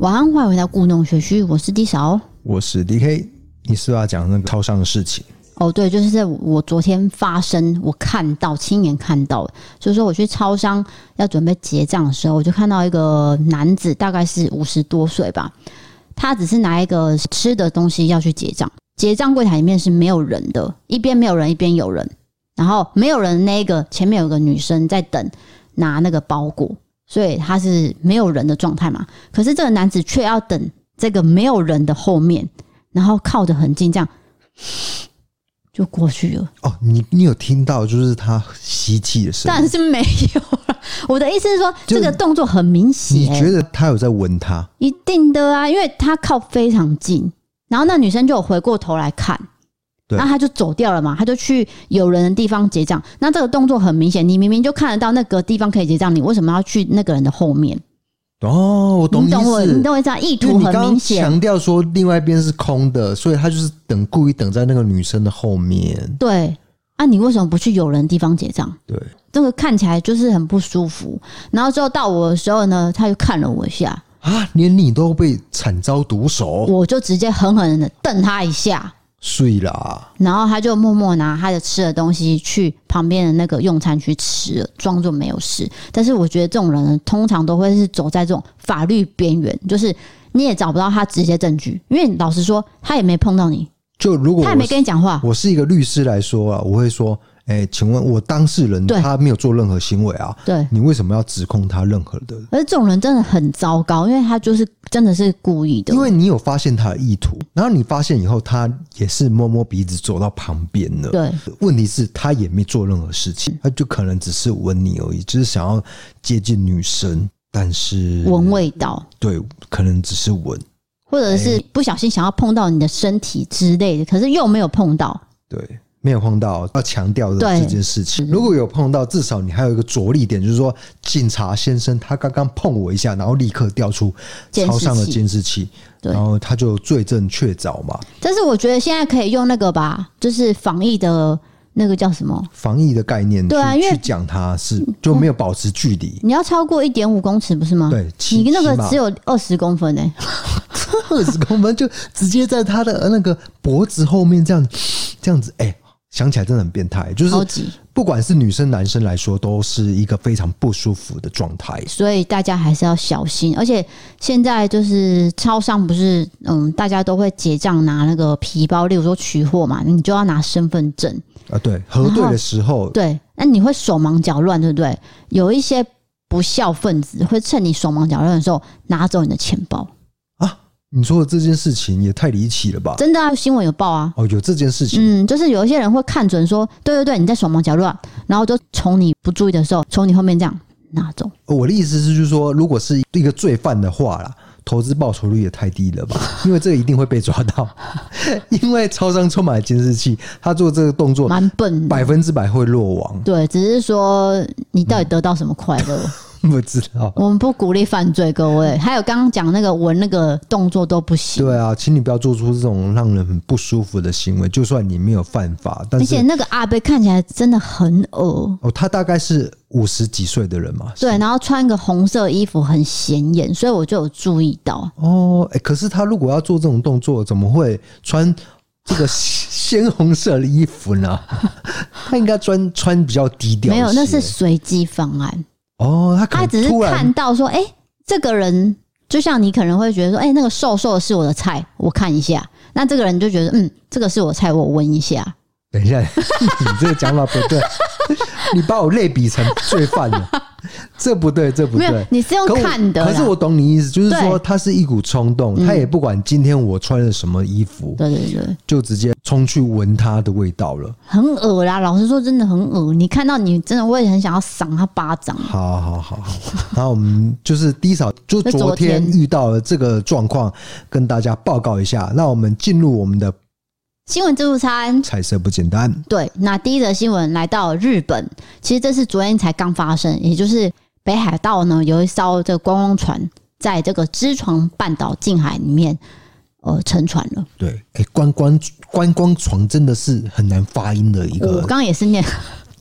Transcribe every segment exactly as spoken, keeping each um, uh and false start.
晚安，欢迎回到故弄玄虚，我是 D 嫂， 我是 D K。 你是不是要讲那个超商的事情？ 哦，对，就是在我昨天发生，我看到亲眼看到的，就是说我去超商要准备结账的时候，我就看到一个男子，大概是五十多岁吧，他只是拿一个吃的东西要去结账，结账柜台里面是没有人的，一边没有人，一边有人，然后没有人的那个前面有个女生在等拿那个包裹，所以他是没有人的状态嘛。可是这个男子却要等这个没有人的后面，然后靠得很近，这样就过去了。 哦，你你有听到就是他吸气的声音？ 当然是没有了。我的意思是说，这个动作很明显。 你觉得他有在闻他？ 一定的啊，因为他靠非常近，然后那女生就有回过头来看。然后他就走掉了嘛，他就去有人的地方结账。那这个动作很明显，你明明就看得到那个地方可以结账，你为什么要去那个人的后面？ 哦，我懂你意思， 你懂我，你懂我意思啊？意图很明显。 强调说另外一边是空的，所以他就是等故意等在那个女生的后面。 对啊，你为什么不去有人的地方结账？ 对， 这个看起来就是很不舒服。然后之后到我的时候呢，他就看了我一下啊，连你都被惨遭毒手， 我就直接狠狠的瞪他一下。 睡啦， 然后他就默默拿他的吃的东西去旁边的那个用餐区吃了，装作没有事。但是我觉得这种人呢，通常都会是走在这种法律边缘，就是你也找不到他直接证据，因为老实说，他也没碰到你， 就如果他也没跟你讲话。 我是一个律师来说啊，我会说，哎、欸，请问我当事人他没有做任何行为啊， 对， 你为什么要指控他任何的？ 而这种人真的很糟糕，因为他就是真的是故意的。 因为你有发现他的意图，然后你发现以后，他也是摸摸鼻子走到旁边了。 对， 问题是他也没做任何事情，他就可能只是闻你而已，只是想要接近女生，但是闻味道， 对，可能只是闻， 或者是不小心想要碰到你的身体之类的，可是又没有碰到。 对。没有碰到要强调的这件事情，如果有碰到，至少你还有一个着力点，就是说警察先生他刚刚碰我一下，然后立刻调出超商的监视器，然后他就罪证确凿嘛。 但是我觉得现在可以用那个吧，就是防疫的那个叫什么防疫的概念， 对啊，因为去讲他是就没有保持距离， 你要超过一点五公尺不是吗？ 对， 你那个只有二十公分哎、欸， 二十公分就直接在他的那个脖子后面这样这样子，哎、欸。想起来真的很变态，就是不管是女生男生来说，都是一个非常不舒服的状态。 所以大家还是要小心，而且现在就是超商不是嗯，大家都会结账拿那个皮包，例如说取货嘛，你就要拿身份证啊，对，核对的时候， 对，那你会手忙脚乱，对不对？有一些不孝分子会趁你手忙脚乱的时候拿走你的钱包。 你说的这件事情也太离奇了吧？ 真的啊，新闻有报啊。 哦，有这件事情。 嗯，就是有一些人会看准说，对对对，你在手忙脚乱，然后就从你不注意的时候，从你后面这样拿走。 我的意思是，就是说，如果是一个罪犯的话啦，投资报酬率也太低了吧？因为这个一定会被抓到，因为超商充满了监视器，他做这个动作蛮笨的， 百分之百会落网。 对，只是说你到底得到什么快乐？嗯不知道， 我们不鼓励犯罪，各位。还有刚刚讲那个闻那个动作都不行。 对啊，请你不要做出这种让人很不舒服的行为。就算你没有犯法，但是而且那个阿伯看起来真的很恶哦，他大概是五十几岁的人嘛。 对，然后穿个红色衣服很显眼，所以我就有注意到。 哦，欸、可是他如果要做这种动作，怎么会穿这个鲜红色的衣服呢？他应该穿穿比较低调。 没有，那是随机方案。 哦，他可能他只是看到说，哎、欸，这个人就像你可能会觉得说，哎、欸，那个瘦瘦的是我的菜，我看一下。那这个人就觉得，嗯，这个是我的菜，我闻一下。 等一下，你这个讲法不对，你把我类比成罪犯了，这不对，这不对。 没有，你是用看的。 可是我懂你意思，就是说他是一股冲动，他也不管今天我穿了什么衣服， 对对对， 就直接冲去闻他的味道了， 很恶啦。老实说，真的很恶。你看到你真的会很想要赏他巴掌。 好好好好，然后我们就是低嫂，就昨天遇到了这个状况，跟大家报告一下。那我们进入我们的新闻自助餐， 彩色不简单。 对，那第一则新闻来到日本，其实这是昨天才刚发生，也就是北海道呢有一艘这个观光船在这个知床半岛近海里面呃沉船了。 对，哎、欸，观光观光船真的是很难发音的一个。 我刚刚也是念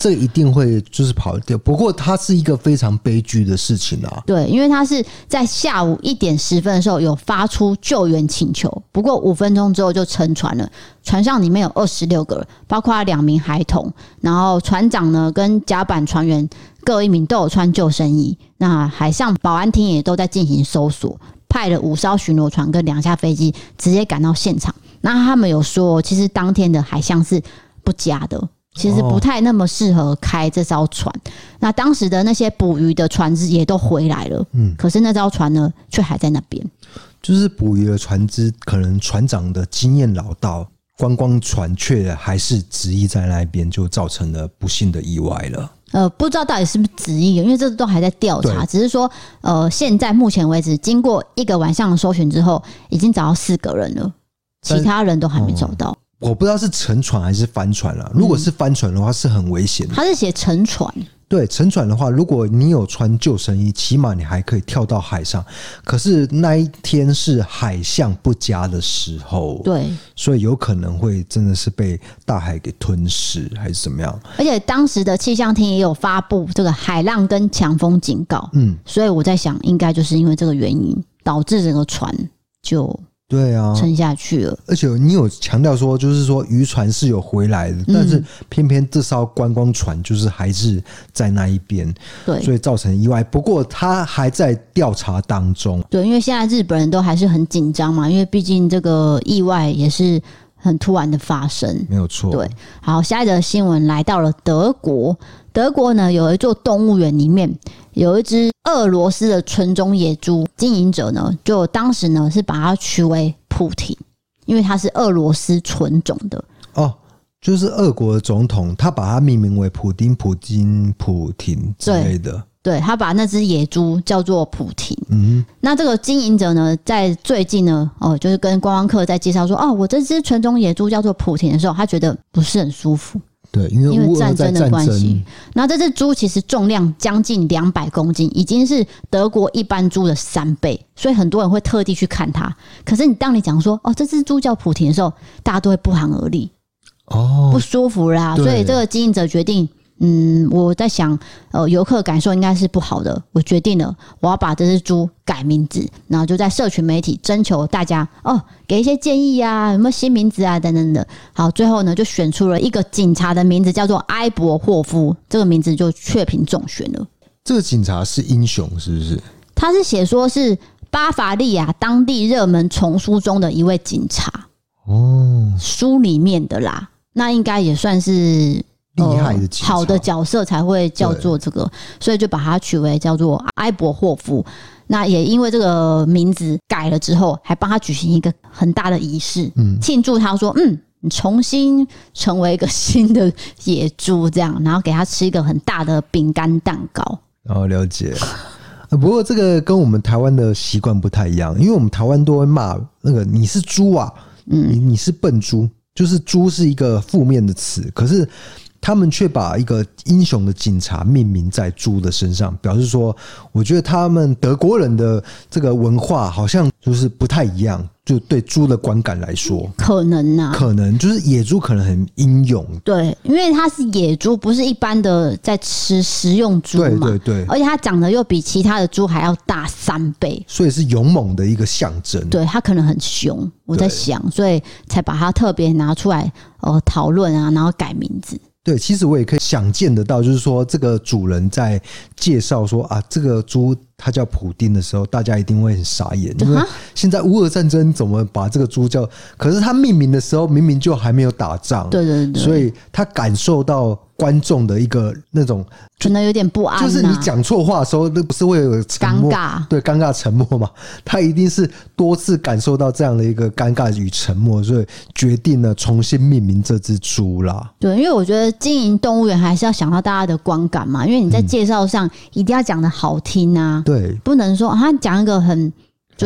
这一定会就是跑掉。不过它是一个非常悲剧的事情啊。 对，因为它是在下午一点十分的时候有发出救援请求，不过五分钟之后就沉船了。船上里面有二十六个人，包括两名孩童，然后船长呢跟甲板船员各一名都有穿救生衣。那海上保安厅也都在进行搜索，派了五艘巡逻船跟两架飞机直接赶到现场。那他们有说，其实当天的海象是不佳的。其实不太那么适合开这艘船、哦、那当时的那些捕鱼的船只也都回来了，嗯，可是那艘船呢却还在那边。 就是捕鱼的船只可能船长的经验老道，观光船却还是执意在那边，就造成了不幸的意外了。 呃，不知道到底是不是执意，因为这都还在调查，只是说呃，现在目前为止经过一个晚上的搜寻之后已经找到四个人了，其他人都还没找到、哦， 我不知道是沉船还是翻船啦。如果是翻船的话，是很危险的。 他是写沉船。 对，沉船的话，如果你有穿救生衣，起码你还可以跳到海上。可是那一天是海象不佳的时候， 对， 所以有可能会真的是被大海给吞噬，还是怎么样？ 而且当时的气象厅也有发布这个海浪跟强风警告，嗯，所以我在想，应该就是因为这个原因导致整个船就。 对啊， 沉下去了。 而且你有强调说，就是说渔船是有回来的，嗯、但是偏偏这艘观光船就是还是在那一边，对，所以造成意外。不过他还在调查当中。 对，因为现在日本人都还是很紧张嘛，因为毕竟这个意外也是很突然的发生， 没有错。 对，好，下一则新闻来到了德国。德国呢有一座动物园里面有一只俄罗斯的纯种野猪，经营者呢就当时呢是把它取为普廷，因为它是俄罗斯纯种的哦，就是俄国的总统他把它命名为普丁、普京、普廷之类的。 对，对，他把那只野猪叫做普廷。嗯，那这个经营者呢在最近呢哦，就是跟观光客在介绍说哦，我这只纯种野猪叫做普廷的时候，他觉得不是很舒服。 对，因为乌俄在战争的关系， 那这只猪其实重量将近两百公斤，已经是德国一般猪的三倍，所以很多人会特地去看它。可是你当你讲说哦，这只猪叫普廷的时候，大家都会不寒而栗，哦，不舒服啦。所以这个经营者决定，嗯，我在想，呃，游客感受应该是不好的，我决定了，我要把这只猪改名字，然后就在社群媒体征求大家哦，给一些建议啊，有没有新名字啊，等等的。好，最后呢，就选出了一个警察的名字，叫做埃博霍夫，这个名字就确评中选了。 这个警察是英雄，是不是？ 他是写说是巴伐利亚当地热门丛书中的一位警察哦，书里面的啦，那应该也算是。 厉害的警察、 呃、好的角色才会叫做这个，所以就把它取为叫做埃博霍夫。那也因为这个名字改了之后，还帮他举行一个很大的仪式，嗯，庆祝他说，嗯，你重新成为一个新的野猪，这样，然后给他吃一个很大的饼干蛋糕。 哦，了解。不过这个跟我们台湾的习惯不太一样，因为我们台湾都会骂那个你是猪啊，嗯，你你是笨猪，就是猪是一个负面的词，可是。他们却把一个英雄的警察命名在猪的身上，表示说，我觉得他们德国人的这个文化好像就是不太一样，就对猪的观感来说， 可能啊， 可能就是野猪可能很英勇， 对，因为它是野猪，不是一般的在吃食用猪嘛， 对对对， 而且它长得又比其他的猪还要大三倍， 所以是勇猛的一个象征。 对，它可能很凶，我在想，所以才把它特别拿出来呃讨论啊，然后改名字。 对，其实我也可以想见得到，就是说这个主人在介绍说啊，这个猪它叫普丁的时候，大家一定会很傻眼，因为现在乌俄战争怎么把这个猪叫？可是他命名的时候明明就还没有打仗， 对对对， 所以他感受到观众的一个那种可能有点不安、啊， 就是你讲错话的时候，那不是会有沉默， 尴尬， 对，尴尬沉默嘛？他一定是多次感受到这样的一个尴尬与沉默，所以决定了重新命名这只猪啦。 对，因为我觉得经营动物园还是要想到大家的观感嘛，因为你在介绍上一定要讲的好听啊， 嗯、对， 不能说他讲一个很。就是、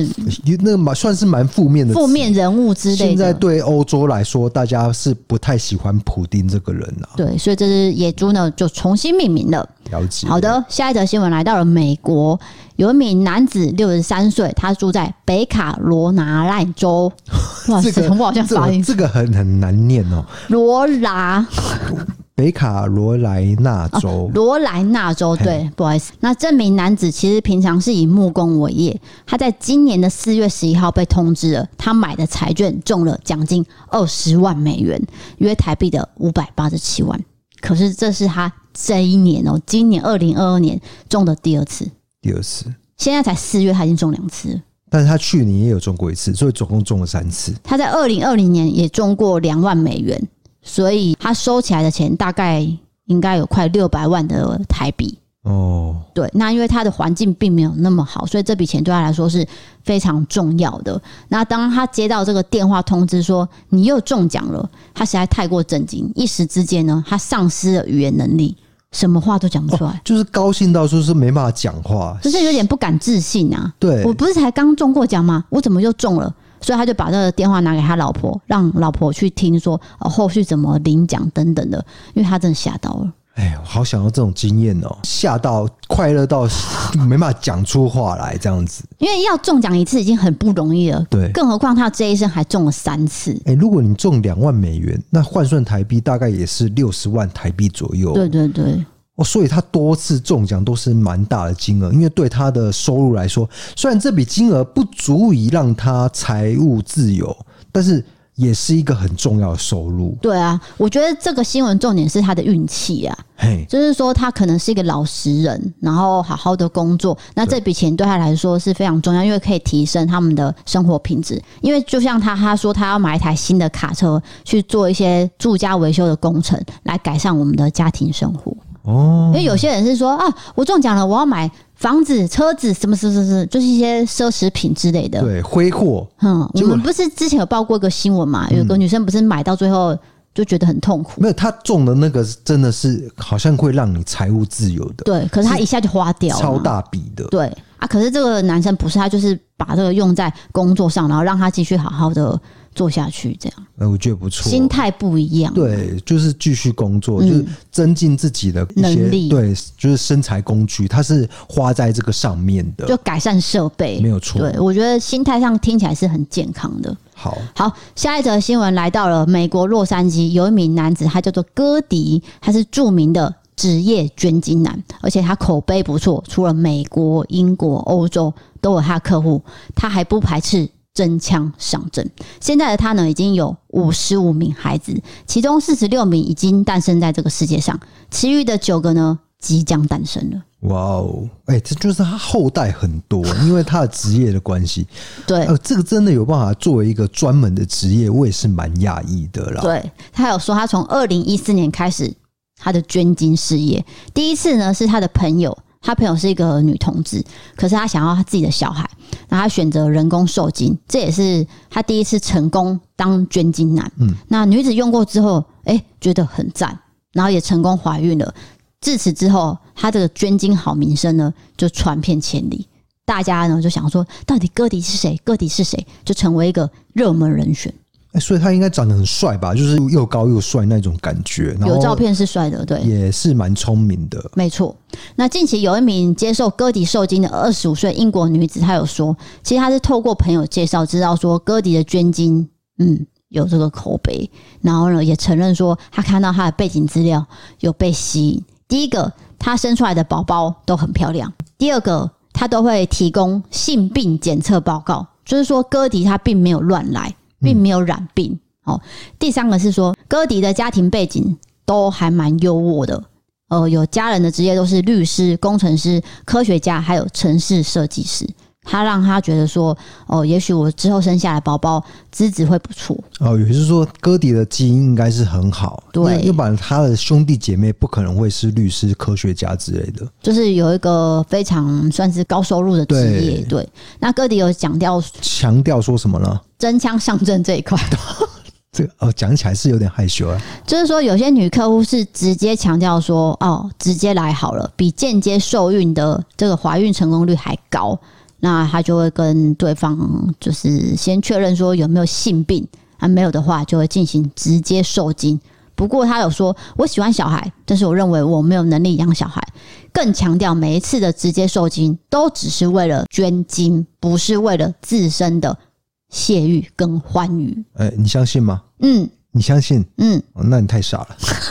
欸、那算是蛮负面的负面人物之类的。 现在对欧洲来说，大家是不太喜欢普丁这个人啊。 对，所以这只野猪呢就重新命名了。 了解。 好的，下一则新闻来到了美国，有一名男子六十三岁，他住在北卡罗来纳州。哇塞，这个、我好像发音这个、这个很很难念哦。 罗拉。 北卡罗来纳州， 罗、哦、来纳州，对，不好意思。那这名男子其实平常是以木工为业，他在今年的四月十一号被通知了，他买的彩券中了奖金二十万美元，约台币的五百八十七万。可是这是他这一年哦，今年二零二二年中的第二次， 第二次， 现在才四月，他已经中两次了。 但是他去年也有中过一次，所以总共中了三次。 他在二零二零年也中过两万美元。所以他收起来的钱大概应该有快六百万的台币哦。对，那因为他的环境并没有那么好，所以这笔钱对他来说是非常重要的。那当他接到这个电话通知说你又中奖了，他实在太过震惊，一时之间呢，他丧失了语言能力，什么话都讲不出来、哦， 就是高兴到说是没办法讲话， 就是有点不敢置信啊。 对， 我不是才刚中过奖吗？我怎么又中了？所以他就把这个电话拿给他老婆，让老婆去听说、哦、后续怎么领奖等等的，因为他真的吓到了。 哎呀，好想要这种经验哦，吓到快乐到没办法讲出话来这样子。 因为要中奖一次已经很不容易了， 对， 更何况他这一生还中了三次。 哎，如果你中两万美元，那换算台币大概也是六十万台币左右。 对对对。 哦，所以他多次中奖都是蛮大的金额，因为对他的收入来说，虽然这笔金额不足以让他财务自由，但是也是一个很重要的收入。 对啊，我觉得这个新闻重点是他的运气啊，就是说他可能是一个老实人，然后好好的工作，那这笔钱对他来说是非常重要，因为可以提升他们的生活品质。因为就像他他说他要买一台新的卡车去做一些住家维修的工程，来改善我们的家庭生活。哦，因为有些人是说啊，我中奖了，我要买房子、车子，什么什么什么，就是一些奢侈品之类的。 对，挥霍。 嗯，我们不是之前有报过一个新闻嘛？有个女生不是买到最后就觉得很痛苦。 没有，她中的那个真的是好像会让你财务自由的。 对，可是她一下就花掉了， 超大笔的。 对啊，可是这个男生不是，他就是把这个用在工作上，然后让他继续好好的做下去，这样。 呃，我觉得不错， 心态不一样。 对，就是继续工作，嗯、就是增进自己的一些能力。 对，就是生财工具，它是花在这个上面的， 就改善设备， 没有错。 对，我觉得心态上听起来是很健康的。 好， 好，下一则新闻来到了美国洛杉矶，有一名男子，他叫做戈迪，他是著名的职业捐精男，而且他口碑不错，除了美国、英国、欧洲都有他的客户，他还不排斥真枪上阵。现在的他呢，已经有五十五名孩子，其中四十六名已经诞生在这个世界上，其余的九个呢即将诞生了。 哇哦，哎，这就是他后代很多，因为他的职业的关系。 对， 呃，这个真的有办法作为一个专门的职业，我也是蛮讶异的啦。 对，他有说他从二零一四年开始他的捐精事业，第一次呢是他的朋友。他朋友是一个女同志，可是他想要他自己的小孩，然后他选择人工受精，这也是他第一次成功当捐精男。嗯，那女子用过之后，哎、欸，觉得很赞，然后也成功怀孕了。自此之后，他这个捐精好名声呢就传遍千里，大家呢就想说，到底戈迪是谁？戈迪是谁？就成为一个热门人选。 欸、所以他应该长得很帅吧，就是又高又帅那种感觉， 有照片是帅的，对， 也是蛮聪明的， 没错。那近期有一名接受戈迪受精的二十五岁英国女子，她有说，其实她是透过朋友介绍知道说戈迪的捐精，嗯，有这个口碑，然后呢也承认说她看到她的背景资料有被吸引。第一个，她生出来的宝宝都很漂亮；第二个，她都会提供性病检测报告，就是说戈迪她并没有乱来。并没有染病、哦、第三个是说戈迪的家庭背景都还蛮优渥的，呃，有家人的职业都是律师、工程师、科学家还有城市设计师，他让他觉得说哦，也许我之后生下来宝宝资质会不错哦，也就是说戈迪的基因应该是很好， 对， 要不然他的兄弟姐妹不可能会是律师、科学家之类的， 就是有一个非常算是高收入的职业。 对, 对，那戈迪有讲调强调说什么呢？ 真枪上阵这一块这个哦，讲起来是有点害羞啊。 就是说，有些女客户是直接强调说，哦，直接来好了，比间接受孕的这个怀孕成功率还高。那他就会跟对方就是先确认说有没有性病，啊，没有的话就会进行直接受精。不过他有说，我喜欢小孩，但是我认为我没有能力养小孩。更强调每一次的直接受精都只是为了捐精，不是为了自身的泄欲跟欢愉。 哎、欸，你相信吗？ 嗯， 你相信？ 嗯、 哦，那你太傻了。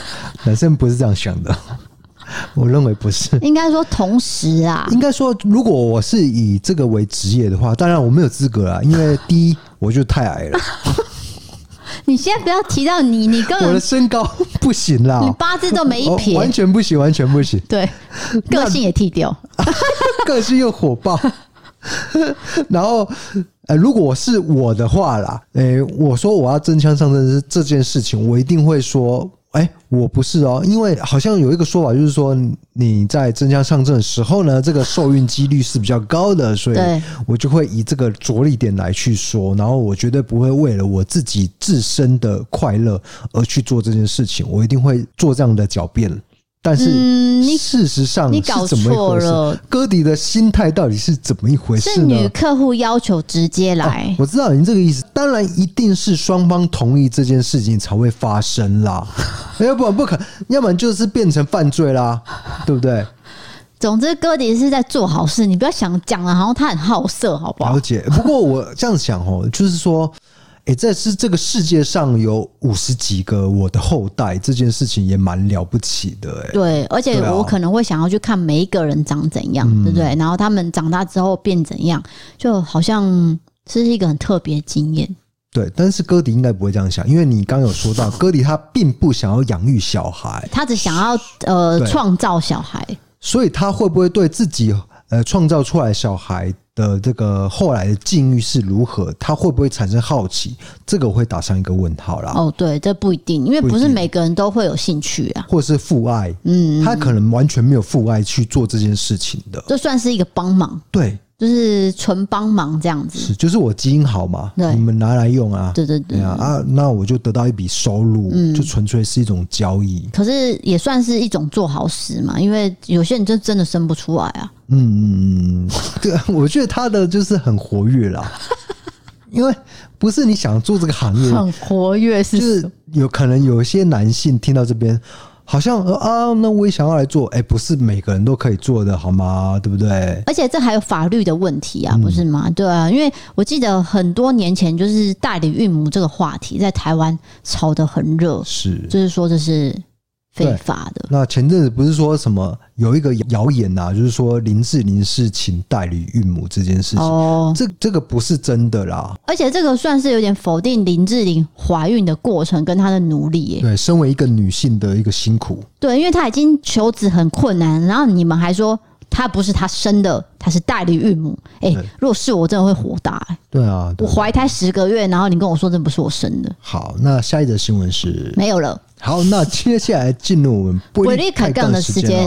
男生不是这样想的。我认为不是， 应该说同时啊， 应该说，如果我是以这个为职业的话，当然我没有资格啦，因为第一我就太矮了。 你现在不要提到你，你根本我的身高不行啦， 你八字都没一撇， 完全不行，完全不行。 对，个性也剃掉， 个性又火爆。然后，呃，如果是我的话啦，诶、欸，我说我要真枪上阵这件事情，我一定会说。哎、欸，我不是哦，因为好像有一个说法，就是说你在真枪上阵的时候呢，这个受孕几率是比较高的，所以我就会以这个着力点来去说，然后我绝对不会为了我自己自身的快乐而去做这件事情，我一定会做这样的狡辩。但是事实上是怎么一回事？嗯、哥迪的心态到底是怎么一回事呢？ 是女客户要求直接来、 哦，我知道你这个意思。当然一定是双方同意这件事情才会发生啦，要不然不可能，要不然就是变成犯罪啦，对不对？ 总之，哥迪是在做好事，你不要想讲了，好像他很好色，好不好？ 了解。不过我这样想哦，就是说。哎、欸，这是这个世界上有五十几个我的后代，这件事情也蛮了不起的、欸。 对，而且我可能会想要去看每一个人长怎样，嗯、对不对？然后他们长大之后变怎样，就好像是一个很特别的经验。 对，但是哥迪应该不会这样想，因为你刚刚有说到，哥迪他并不想要养育小孩， 他只想要呃创造小孩， 所以他会不会对自己呃创造出来小孩？的这个后来的境遇是如何？他会不会产生好奇？这个我会打上一个问号啦。 哦，对，这不一定，因为不是每个人都会有兴趣啊， 或者是父爱，嗯，他可能完全没有父爱去做这件事情的， 这算是一个帮忙， 对， 就是纯帮忙这样子， 是，就是我基因好嘛，你们拿来用啊， 对对对， 对啊，啊，那我就得到一笔收入，嗯、就纯粹是一种交易， 可是也算是一种做好事嘛，因为有些人就真的生不出来啊。 嗯，对，我觉得他的就是很活跃啦，因为不是你想做这个行业很活跃，是就是有可能有一些男性听到这边，好像啊，那我也想要来做，哎、欸，不是每个人都可以做的，好吗？对不对？ 而且这还有法律的问题啊，不是吗？嗯、对啊，因为我记得很多年前就是代理孕母这个话题在台湾炒得很热， 是， 就是说这是。非法的。 那前阵子不是说什么有一个谣言呐，就是说林志玲是请代理孕母这件事情，哦，这这个不是真的啦。 而且这个算是有点否定林志玲怀孕的过程跟她的努力耶。 对，身为一个女性的一个辛苦。 对，因为她已经求子很困难，然后你们还说她不是她生的，她是代理孕母。哎、欸，如果是我真的会火大、欸。 对啊， 对，我怀胎十个月，然后你跟我说这不是我生的。 好，那下一则新闻是没有了。 好，那接下来进入我们威力开杠的时间。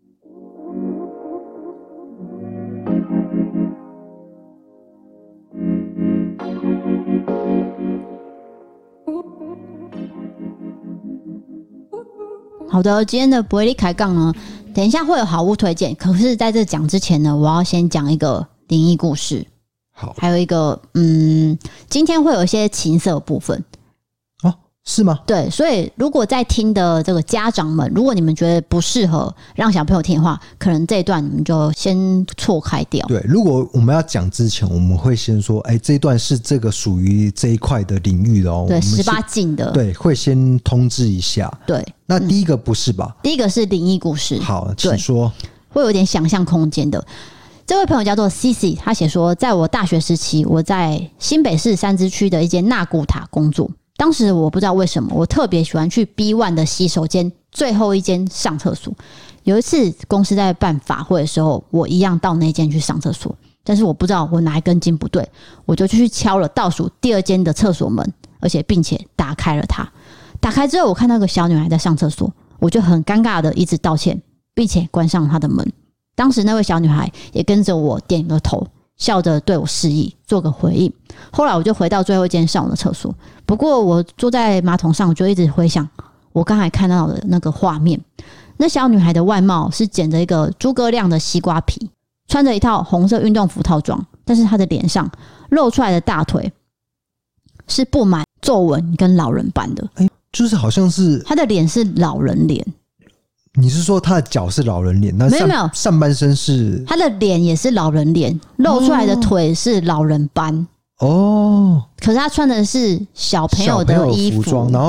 好的，今天的伯利开杠呢，等一下会有好物推荐。可是在这讲之前呢，我要先讲一个灵异故事。 好， 还有一个，嗯，今天会有一些情色部分。 是吗？ 对，所以如果在听的这个家长们，如果你们觉得不适合让小朋友听的话，可能这一段你们就先错开掉。 对，如果我们要讲之前，我们会先说，哎、欸，这一段是这个属于这一块的领域的哦， 对，十八禁的， 对，会先通知一下。 对， 那第一个不是吧？ 嗯、第一个是灵异故事。 好，请说。 会有点想象空间的。这位朋友叫做 C C， 他写说，在我大学时期，我在新北市三芝区的一间纳古塔工作。当时我不知道为什么，我特别喜欢去 B 一 的洗手间最后一间上厕所。有一次公司在办法会的时候，我一样到那间去上厕所，但是我不知道我哪一根筋不对，我就去敲了倒数第二间的厕所门，而且并且打开了它。打开之后，我看到一个小女孩在上厕所，我就很尴尬的一直道歉，并且关上她的门。当时那位小女孩也跟着我点个头，笑着对我示意，做个回应。后来我就回到最后一间上我的厕所，不过我坐在马桶上，我就一直回想我刚才看到的那个画面。那小女孩的外貌是剪着一个诸葛亮的西瓜皮，穿着一套红色运动服套装，但是她的脸上露出来的大腿是布满皱纹跟老人斑的， 欸，就是好像是她的脸是老人脸。 你是说他的脚是老人脸？那没有没有， 上半身是他的脸也是老人脸，露出来的腿是老人斑。 哦， 可是他穿的是小朋友的衣服， 装，然后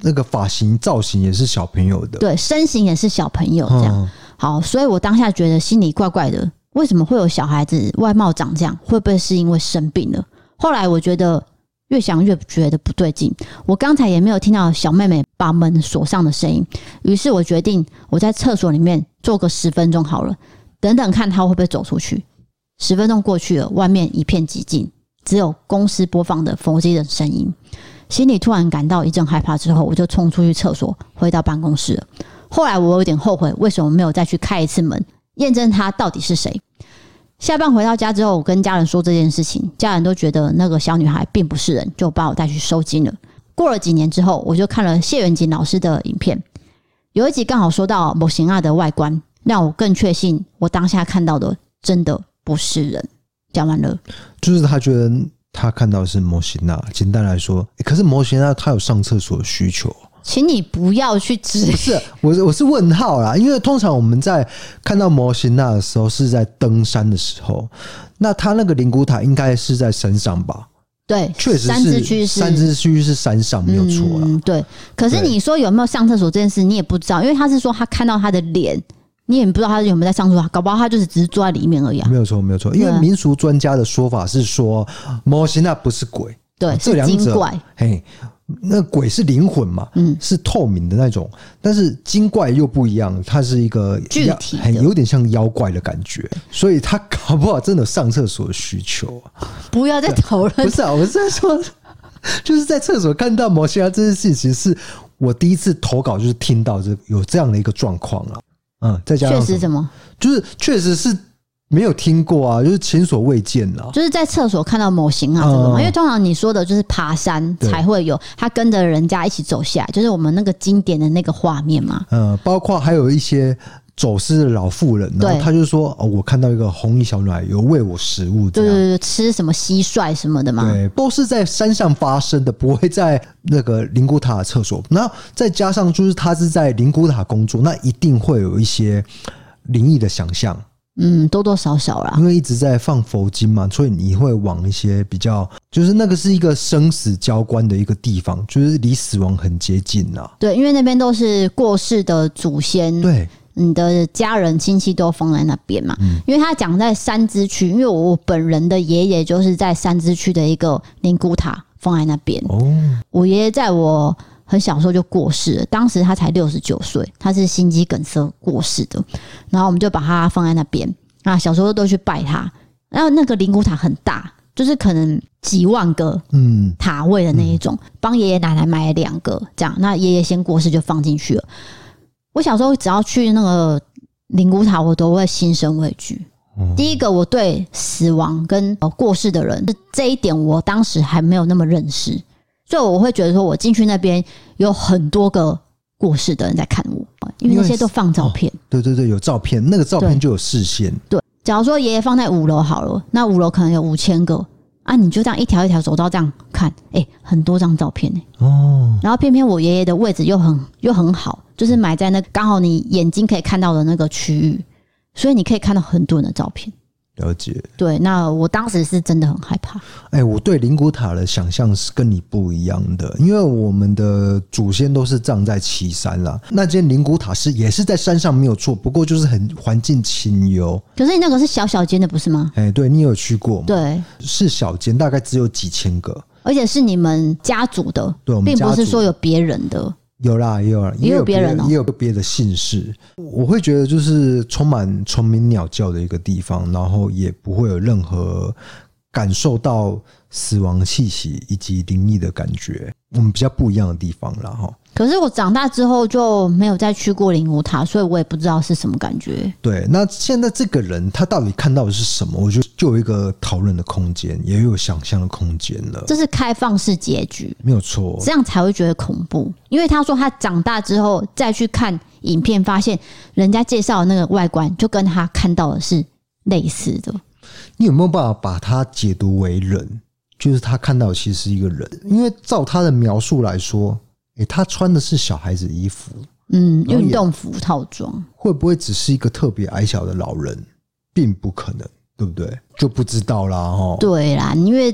那个发型造型也是小朋友的， 对，身形也是小朋友这样。嗯、好，所以我当下觉得心里怪怪的，为什么会有小孩子外貌长这样？会不会是因为生病了？后来我觉得越想越觉得不对劲，我刚才也没有听到小妹妹把门锁上的声音，于是我决定我在厕所里面坐个十分钟好了，等等看她会不会走出去。十分钟过去了，外面一片寂静，只有公司播放的佛经的声音。心里突然感到一阵害怕，之后我就冲出去厕所，回到办公室了。后来我有点后悔，为什么没有再去开一次门，验证他到底是谁。下班回到家之后，我跟家人说这件事情，家人都觉得那个小女孩并不是人，就把我带去收金了。过了几年之后，我就看了谢元锦老师的影片，有一集刚好说到某型啊的外观，让我更确信我当下看到的真的不是人。讲完了， 就是他觉得他看到的是摩西娜，简单来说，欸、可是摩西娜他有上厕所的需求， 请你不要去指。 不是，我我是问号啦，因为通常我们在看到摩西娜的时候是在登山的时候，那他那个灵骨塔应该是在山上吧？ 对， 确实是山之区是山之区是山上，没有错啦、 嗯。对，可是你说有没有上厕所这件事，你也不知道，因为他是说他看到他的脸。你也不知道他有没有在上厕所，搞不好他就是只是坐在里面而已、啊。 没有错，没有错，因为民俗专家的说法是说，摩西娜不是鬼， 对， 这两者是精怪。 嘿，那鬼是灵魂嘛，嗯，是透明的那种，但是精怪又不一样，它是一个具体的， 有点像妖怪的感觉，所以他搞不好真的有上厕所的需求。 不要再讨论， 不是啊，我是在说，就是在厕所看到摩西娜这件事情，是我第一次投稿，就是听到这有这样的一个状况了。嗯，再加上确实什么， 就是确实是没有听过啊，就是前所未见啊， 就是在厕所看到某型啊这个嘛、嗯，因为通常你说的就是爬山才会有他跟着人家一起走下来，就是我们那个经典的那个画面嘛。 嗯，包括还有一些走失的老妇人，然后他就说、哦、我看到一个红衣小女孩有喂我食物， 对对对，吃什么蟋蟀什么的嘛， 对，都是在山上发生的，不会在那个灵骨塔的厕所。然后再加上就是他是在灵骨塔工作，那一定会有一些灵异的想象。 嗯，多多少少啦， 因为一直在放佛经嘛，所以你会往一些比较，就是那个是一个生死交关的一个地方，就是离死亡很接近啦。 对，因为那边都是过世的祖先， 对， 你的家人亲戚都放在那边嘛。嗯、因为他讲在山之区，因为我本人的爷爷就是在山之区的一个灵骨塔放在那边。哦，我爷爷在我很小时候就过世了，当时他才六十九岁，他是心肌梗塞过世的。然后我们就把他放在那边，那小时候都去拜他。然后那个灵骨塔很大，就是可能几万个塔位的那一种，帮、嗯、爷爷奶奶买了两个，这样。那爷爷先过世就放进去了。我小时候只要去那个灵骨塔，我都会心生畏惧。嗯、第一个，我对死亡跟过世的人这一点，我当时还没有那么认识。所以我会觉得说，我进去那边有很多个过世的人在看我，因为那些都放照片。哦、 对对对，有照片，那个照片就有视线。 对，假如说爷爷放在五楼好了，那五楼可能有五千个啊，你就这样一条一条走到这样看，哎、欸，很多张照片哎、欸。哦。然后偏偏我爷爷的位置又很又很好，就是埋在那刚好你眼睛可以看到的那个区域，所以你可以看到很多人的照片。 了解，对， 那我当时是真的很害怕。 哎、欸，我对灵骨塔的想象是跟你不一样的，因为我们的祖先都是葬在旗山啦。那间灵骨塔是也是在山上没有错，不过就是很环境清幽。 可是你那个是小小间的，不是吗？ 哎、欸，对，你有去过吗？ 对， 是小间，大概只有几千个， 而且是你们家族的， 对，我们并不是说有别人的。 有啦，也有啦， 也有别人哦， 也有别的姓氏。我会觉得就是充满虫鸣鸟叫的一个地方，然后也不会有任何感受到死亡气息以及灵异的感觉。我们比较不一样的地方啦，齁。 可是我长大之后就没有再去过灵骨塔，所以我也不知道是什么感觉。 对，那现在这个人他到底看到的是什么？我觉得就有一个讨论的空间，也有想象的空间了。 这是开放式结局， 没有错， 这样才会觉得恐怖。因为他说他长大之后再去看影片，发现人家介绍的那个外观就跟他看到的是类似的。 你有没有办法把它解读为人？就是他看到的其实是一个人，因为照他的描述来说。欸、他穿的是小孩子衣服， 嗯，运动服套装， 会不会只是一个特别矮小的老人？并不可能，对不对？就不知道啦齁。 对啦，因为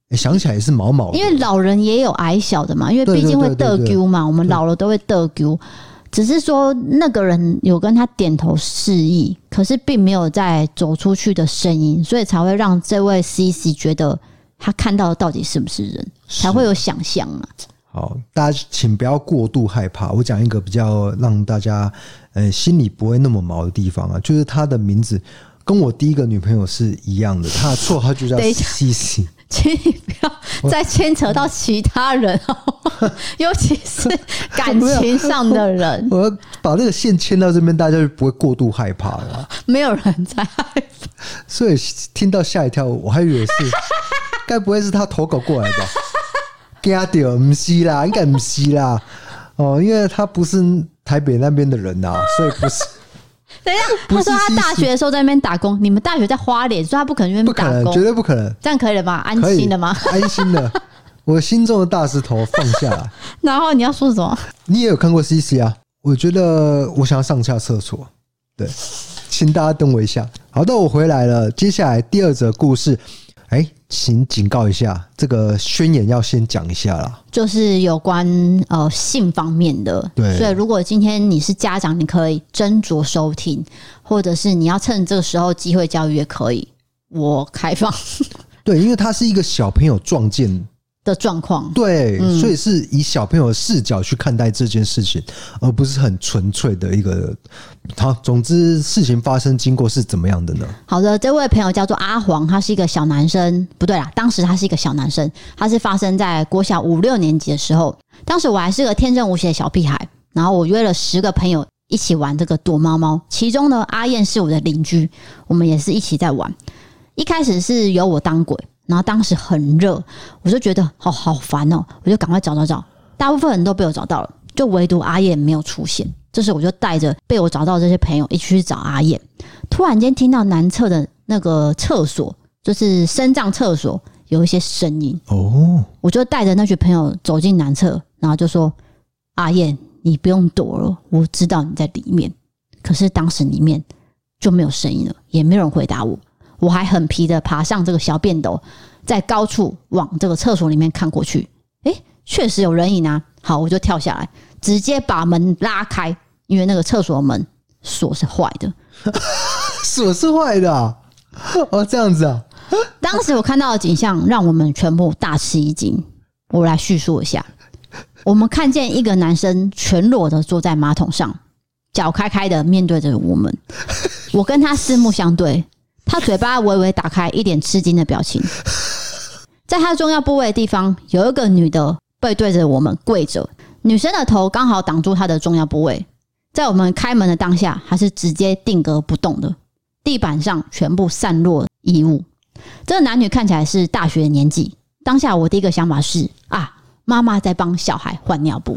欸、想起来也是毛毛的， 因为老人也有矮小的嘛，因为毕竟会得丢嘛，我们老了都会得丢。只是说那个人有跟他点头示意，可是并没有在走出去的声音，所以才会让这位 C C 觉得他看到的到底是不是人，才会有想象啊。 好，大家请不要过度害怕。我讲一个比较让大家呃心里不会那么毛的地方啊，就是他的名字跟我第一个女朋友是一样的，他的绰号就叫 C C。 请你不要再牵扯到其他人哦，尤其是感情上的人。 我要把这个线牵到这边，大家就不会过度害怕了。 没有人在害怕， 所以听到吓一跳，我还以为是，该不会是他投稿过来吧？吓到，不是啦，应该不是啦。哦，因为他不是台北那边的人呐、啊，所以不是。 等一下，他说他大学的时候在那边打工，你们大学在花莲，所以他不可能去那边打工， 不可能，绝对不可能。 这样可以了吗？安心了吗？ 安心了，我心中的大石头放下来。 然后你要说什么？ 你也有看过 C C 啊？我觉得我想要上下厕所，对，请大家等我一下。好的，我回来了。接下来第二则故事。哎、欸，请警告一下，这个宣言要先讲一下啦， 就是有关呃性方面的。 对， 所以如果今天你是家长，你可以斟酌收听，或者是你要趁这个时候机会教育也可以，我开放。 对，因为他是一个小朋友撞见的状况， 对、嗯，所以是以小朋友的视角去看待这件事情，而不是很纯粹的一个。好，总之事情发生经过是怎么样的呢？ 好的，这位朋友叫做阿黄，他是一个小男生，不对啦，当时他是一个小男生，他是发生在国小五六年级的时候，当时我还是个天真无邪的小屁孩，然后我约了十个朋友一起玩这个躲猫猫，其中呢阿燕是我的邻居，我们也是一起在玩。一开始是由我当鬼。然后当时很热，我就觉得好好烦哦，我就赶快找找找，大部分人都被我找到了，就唯独阿燕没有出现。这时我就带着被我找到的这些朋友一起去找阿燕。突然间听到南侧的那个厕所，就是身障厕所有一些声音哦，我就带着那群朋友走进南侧，然后就说：“阿燕，你不用躲了，我知道你在里面。”可是当时里面就没有声音了，也没有人回答我。我还很皮的爬上这个小便斗，在高处往这个厕所里面看过去，诶，确实有人影啊！好，我就跳下来，直接把门拉开，因为那个厕所门锁是坏的， 锁是坏的啊！哦，这样子啊！ 当时我看到的景象让我们全部大吃一惊。我来叙述一下，我们看见一个男生全裸的坐在马桶上，脚开开的面对着我们，我跟他四目相对。他嘴巴微微打开，一脸吃惊的表情。在他重要部位的地方，有一个女的背对着我们跪着，女生的头刚好挡住她的重要部位。在我们开门的当下，她是直接定格不动的，地板上全部散落衣物。这个男女看起来是大学的年纪。当下我第一个想法是啊，妈妈在帮小孩换尿布。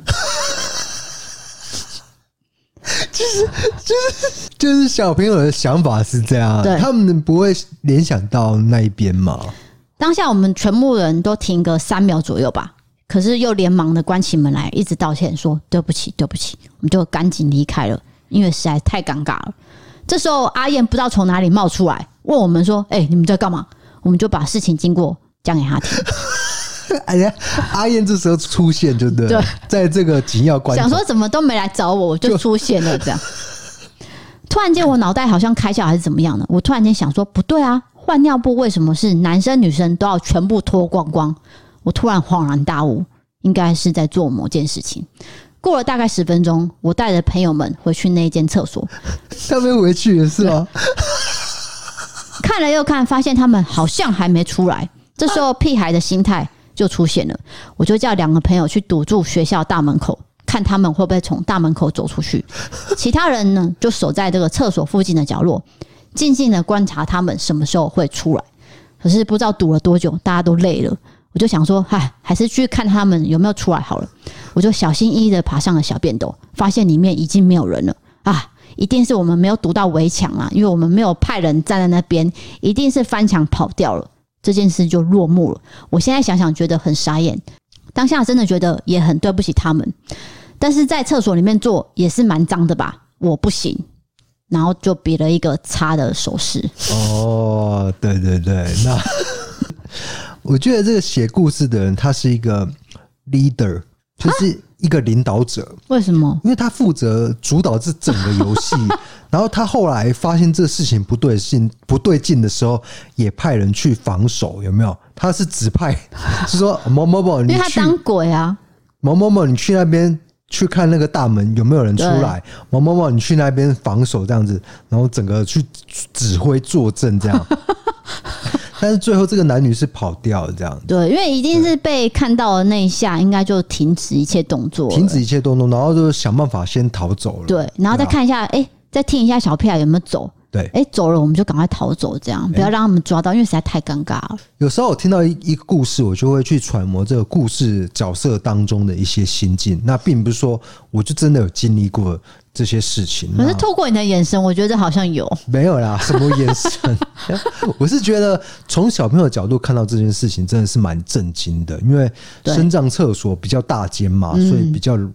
就是就是就是小朋友的想法是这样，他们不会联想到那一边嘛。 当下我们全部人都停个三秒左右吧，可是又连忙的关起门来，一直道歉说对不起对不起，我们就赶紧离开了，因为实在太尴尬了。这时候阿燕不知道从哪里冒出来，问我们说：“哎、欸，你们在干嘛？”我们就把事情经过讲给他听。 哎呀，阿燕这时候出现，对不对？对，在这个紧要关头， 想说怎么都没来找我，我就出现了这样。突然间，我脑袋好像开窍还是怎么样的？我突然间想说，不对啊，换尿布为什么是男生女生都要全部脱光光？我突然恍然大悟，应该是在做某件事情。过了大概十分钟，我带着朋友们回去那间厕所， 他们回去了是吗？ 看了又看，发现他们好像还没出来。这时候屁孩的心态就出现了，我就叫两个朋友去堵住学校大门口，看他们会不会从大门口走出去。其他人呢，就守在这个厕所附近的角落，静静的观察他们什么时候会出来。可是不知道堵了多久，大家都累了，我就想说，嗨，还是去看他们有没有出来好了。我就小心翼翼的爬上了小便斗，发现里面已经没有人了啊！一定是我们没有堵到围墙啊，因为我们没有派人站在那边，一定是翻墙跑掉了。这件事就落幕了。我现在想想觉得很傻眼，当下真的觉得也很对不起他们。但是在厕所里面做也是蛮脏的吧，我不行，然后就比了一个叉的手势。 哦，对对对，那我觉得这个写故事的人，他是一个 leader， 就是一个领导者。 为什么？ 因为他负责主导这整个游戏，然后他后来发现这事情不对劲、不对劲的时候，也派人去防守，有没有？他是指派，是说某某某，你去， 因为他当鬼啊， 某某某，你去那边去看那个大门有没有人出来，某某某，你去那边防守这样子，然后整个去指挥坐镇这样。但是最后这个男女是跑掉了，这样对，因为一定是被看到的那一下，应该就停止一切动作， 停止一切动作，然后就想办法先逃走了。 对，然后再看一下，哎、欸，再听一下小屁孩有没有走。 对， 哎、欸，走了我们就赶快逃走，这样不要让他们抓到，因为实在太尴尬了。 有时候我听到一个故事，我就会去揣摩这个故事角色当中的一些心境。那并不是说我就真的有经历过这些事情， 可是透过你的眼神，我觉得好像有。 没有啦，什么眼神？我是觉得从小朋友的角度看到这件事情，真的是蛮震惊的，因为身障厕所比较大间嘛，所以比较。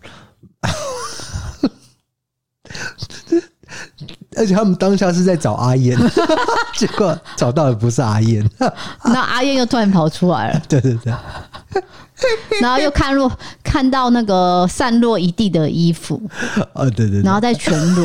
而且他们当下是在找阿燕，结果找到的不是阿燕， 那阿燕又突然跑出来了。 对对对， 然后又看落看到那个散落一地的衣服， 啊对对对， 然后再全裸。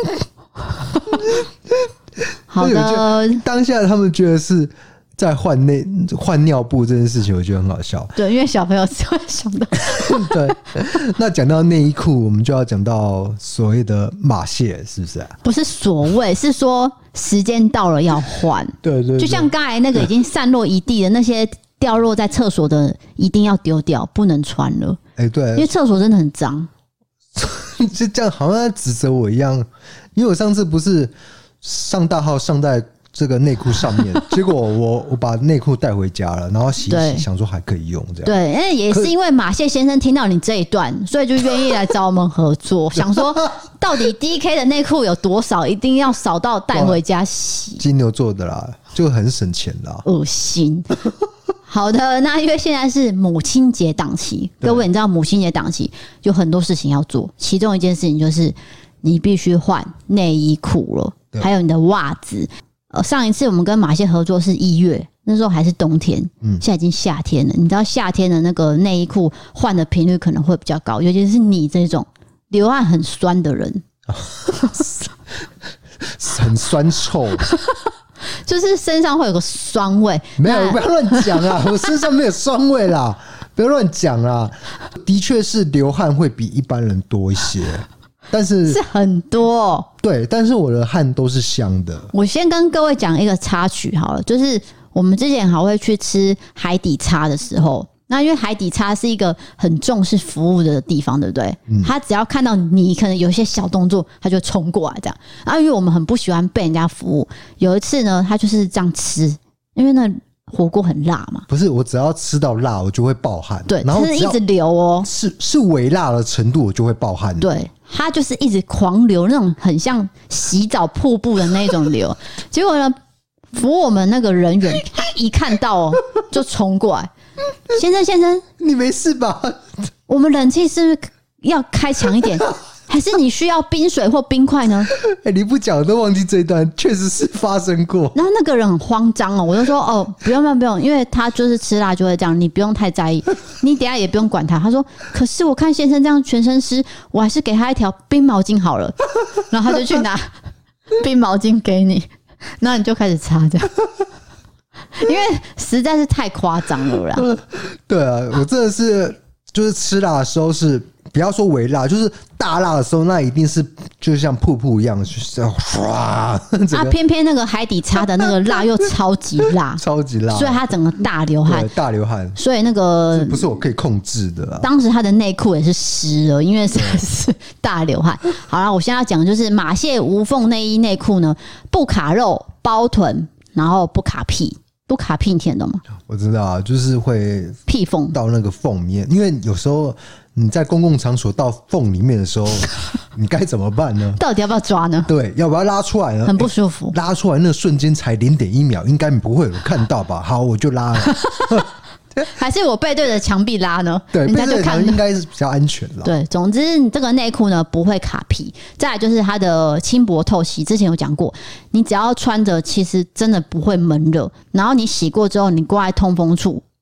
好的， 当下他们觉得是在换内换尿布这件事情，我觉得很好笑。 对，因为小朋友只会想到。 对，那讲到内衣裤，我们就要讲到所谓的马蟹，是不是、啊？ 不是所谓，是说时间到了要换。 对, 对对， 就像刚才那个已经散落一地的那些掉落在厕所的，一定要丢掉，不能穿了。 哎、欸，对， 因为厕所真的很脏。 就这样，好像在指责我一样。因为我上次不是上大号上在这个内裤上面，结果我我把内裤带回家了，然后洗一洗，想说还可以用这样。 对，因为也是因为马蟹先生听到你这一段，所以就愿意来找我们合作，想说到底 D K 的内裤有多少，一定要少到带回家洗。 金牛座的啦，就很省钱啦。 恶心。好的，那因为现在是母亲节档期，各位你知道母亲节档期有很多事情要做，其中一件事情就是你必须换内衣裤了，还有你的袜子。呃，上一次我们跟马蟹合作是一月，那时候还是冬天，嗯，现在已经夏天了。你知道夏天的那个内衣裤换的频率可能会比较高，尤其是你这种流汗很酸的人， 很酸臭。 就是身上会有个酸味。 没有，不要乱讲啊！我身上没有酸味啦，不要乱讲啦。的确是流汗会比一般人多一些，但是是很多。 对，但是我的汗都是香的。 我先跟各位讲一个插曲好了，就是我们之前还会去吃海底叉的时候。那因为海底叉是一个很重视服务的地方，对不对？嗯、他只要看到你可能有一些小动作，他就冲过来这样。然后因为我们很不喜欢被人家服务，有一次呢，他就是这样吃，因为那火锅很辣嘛。 不是，我只要吃到辣，我就会爆汗。 对， 然后是一直流哦， 是是微辣的程度，我就会爆汗。 对，他就是一直狂流，那种很像洗澡瀑布的那种流。结果呢，服务我们那个人员，他一看到哦，就冲过来。先生，先生， 你没事吧？ 我们冷气是不是要开强一点？还是你需要冰水或冰块呢？ 哎、欸，你不讲都忘记这一段，确实是发生过。 然后那个人很慌张哦，我就说哦，不用不用不用，因为他就是吃辣就会这样，你不用太在意，你等一下也不用管他。他说，可是我看先生这样全身湿，我还是给他一条冰毛巾好了。然后他就去拿冰毛巾给你，然后你就开始擦这样。因为实在是太夸张了啦。 对啊，我真的是就是吃辣的时候是不要说微辣，就是大辣的时候，那一定是就像瀑布一样，就是哇！ 啊，偏偏那个海底叉的那个辣又超级辣， 超级辣， 所以他整个大流汗， 大流汗。 所以那个不是我可以控制的啦。 当时他的内裤也是湿了，因为实在是大流汗。好啦，我现在要讲的就是马蟹无缝内衣内裤呢，不卡肉、包臀，然后不卡屁。不卡屁，你听得懂吗？ 我知道啊，就是会屁缝到那个缝里面，因为有时候你在公共场所到缝里面的时候，你该怎么办呢？ 到底要不要抓呢？ 对，要不要拉出来呢？ 很不舒服， 欸、拉出来那瞬间才零点一秒，应该不会有人看到吧？好，我就拉了。 还是我背对着墙壁拉呢？ 对， 人家就看应该是比较安全了。 对，总之你这个内裤呢不会卡皮，再来就是它的轻薄透洗，之前有讲过，你只要穿着，其实真的不会闷热。然后你洗过之后，你挂在通风处，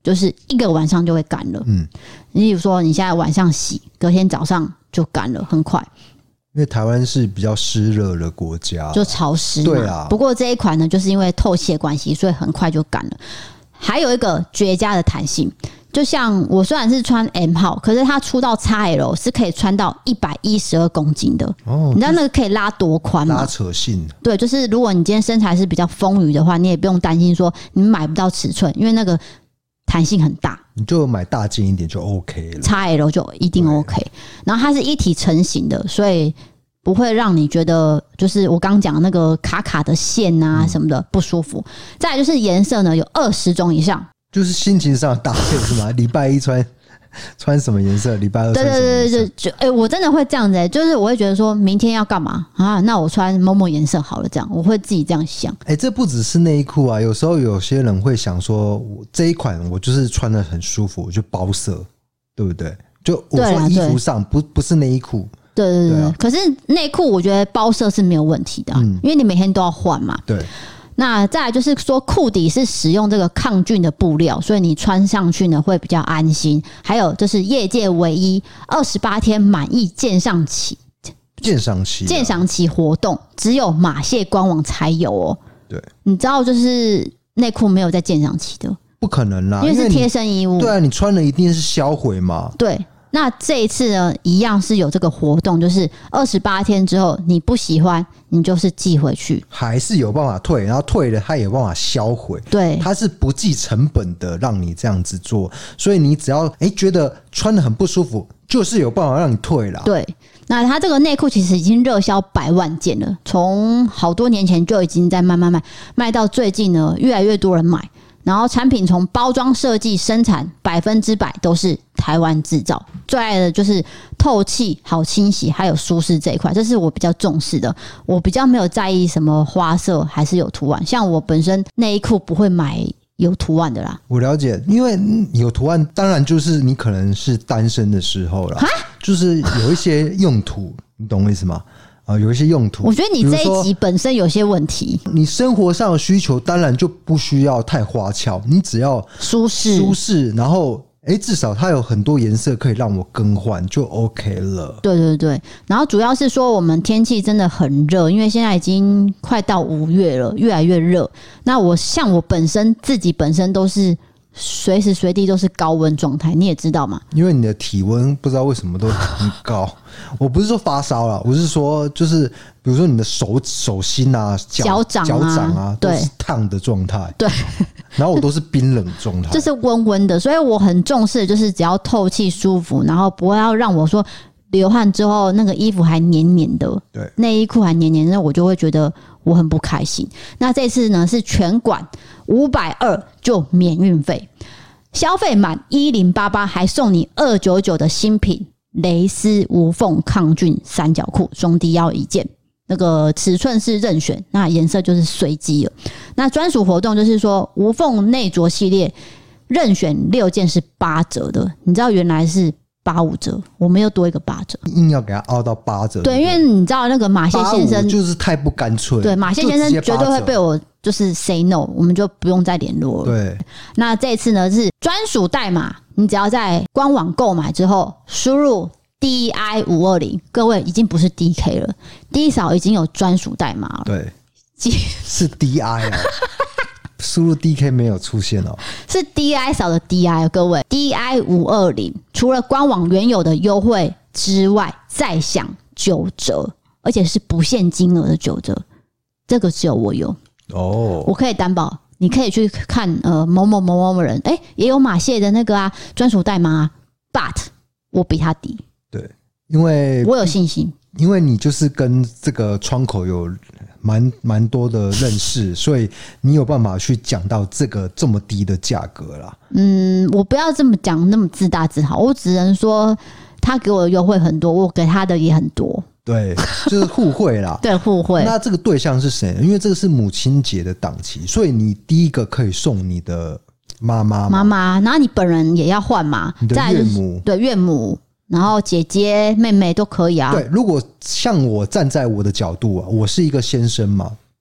就是一个晚上就会干了。嗯，你比如说你现在晚上洗，隔天早上就干了，很快。 因为台湾是比较湿热的国家， 就潮湿嘛。 对啊。 不过这一款呢，就是因为透气的关系，所以很快就干了。还有一个绝佳的弹性，就像我虽然是穿 M 号，可是它出到 X L 是可以穿到一百一十二公斤的。哦，你知道那个可以拉多宽吗？ 拉扯性。 对，就是如果你今天身材是比较丰腴的话，你也不用担心说你买不到尺寸，因为那个弹性很大， 你就买大件一点就 OK 了。 X L 就一定 OK。然后它是一体成型的，所以不会让你觉得就是我刚讲那个卡卡的线啊什么的不舒服。嗯、再来就是颜色呢，有二十种以上， 就是心情上的搭配是吗？礼拜一穿穿什么颜色，礼拜二穿什么颜色？对对对对， 就哎、欸，我真的会这样子、欸，就是我会觉得说明天要干嘛啊？那我穿某某颜色好了，这样我会自己这样想。 哎、欸，这不只是内衣裤啊，有时候有些人会想说，我这一款我就是穿得很舒服，我就包色，对不对？就我说衣服上不不是内衣裤。 对对 对, 对、啊，可是内裤我觉得包色是没有问题的、啊嗯，因为你每天都要换嘛。 对。 那再来就是说，裤底是使用这个抗菌的布料，所以你穿上去呢会比较安心。还有就是业界唯一二十八天满意鉴赏期， 鉴赏期、啊， 鉴赏期活动只有马蟹官网才有哦。 对， 你知道就是内裤没有在鉴赏期的， 不可能啦， 因为是贴身衣物。 对啊，你穿了一定是销毁嘛。 对。那这一次呢，一样是有这个活动，就是二十八天之后你不喜欢，你就是寄回去， 还是有办法退，然后退了它也有办法销毁。 对， 它是不计成本的让你这样子做，所以你只要哎、欸、觉得穿得很不舒服，就是有办法让你退啦。 对，那它这个内裤其实已经热销百万件了，从好多年前就已经在慢慢卖，卖到最近呢，越来越多人买。然后产品从包装设计、生产百分之百都是台湾制造。最爱的就是透气、好清洗，还有舒适这一块，这是我比较重视的。我比较没有在意什么花色还是有图案，像我本身内衣裤不会买有图案的啦。 我了解，因为有图案，当然就是你可能是单身的时候啦，就是有一些用途，你懂我意思吗？呃、有一些用途， 我觉得你这一集本身有些问题。 你生活上的需求当然就不需要太花俏，你只要舒适、 舒适，然后哎、欸，至少它有很多颜色可以让我更换，就 OK 了。 对对对，然后主要是说我们天气真的很热，因为现在已经快到五月了，越来越热。那我像我本身自己本身都是。随时随地都是高温状态，你也知道嘛？ 因为你的体温不知道为什么都很高。我不是说发烧啦，我是说就是比如说你的手手心啊、脚掌啊、 脚掌啊，都是烫的状态。 对， 然后我都是冰冷状态， 就是温温的。所以我很重视，就是只要透气舒服，然后不会要让我说流汗之后那个衣服还黏黏的， 对， 内衣裤还黏黏的，我就会觉得我很不开心。那这次呢是全馆五百二十就免运费，消费满一零八八还送你二九九的新品蕾丝无缝抗菌三角裤，中低腰一件。那个尺寸是任选，那颜色就是随机了。那专属活动就是说无缝内着系列任选六件是八折的，你知道原来是八五折，我们又多一个八折， 硬要给他凹到八折。 对，因为你知道那个马蟹先生就是太不干脆， 对，马蟹先生绝对会被我就是 say no， 我们就不用再联络了。 对， 那这一次呢是专属代码，你只要在官网购买之后输入 D I 五二零， 各位已经不是 D K 了 ，D 嫂已经有专属代码了。 对，是 D I 啊。输入 D K 没有出现哦， 是 D I 扫的 D I， 各位 D I 五二零， 除了官网原有的优惠之外，再享九折，而且是不限金额的九折，这个只有我有哦，我可以担保，你可以去看呃某某某某某人，哎、欸，也有马蟹的那个啊专属代码、啊、，but 我比他低， 对，因为我有信心， 因为你就是跟这个窗口有。蛮蛮多的认识，所以你有办法去讲到这个这么低的价格啦。 嗯，我不要这么讲，那么自大自豪，我只能说他给我的优惠很多，我给他的也很多。 对，就是互惠啦。 对，互惠。 那这个对象是谁？因为这个是母亲节的档期，所以你第一个可以送你的妈妈， 妈妈，然后你本人也要换嘛， 你的岳母， 对，岳母。然后姐姐妹妹都可以啊。 对，如果像我站在我的角度啊，我是一个先生嘛，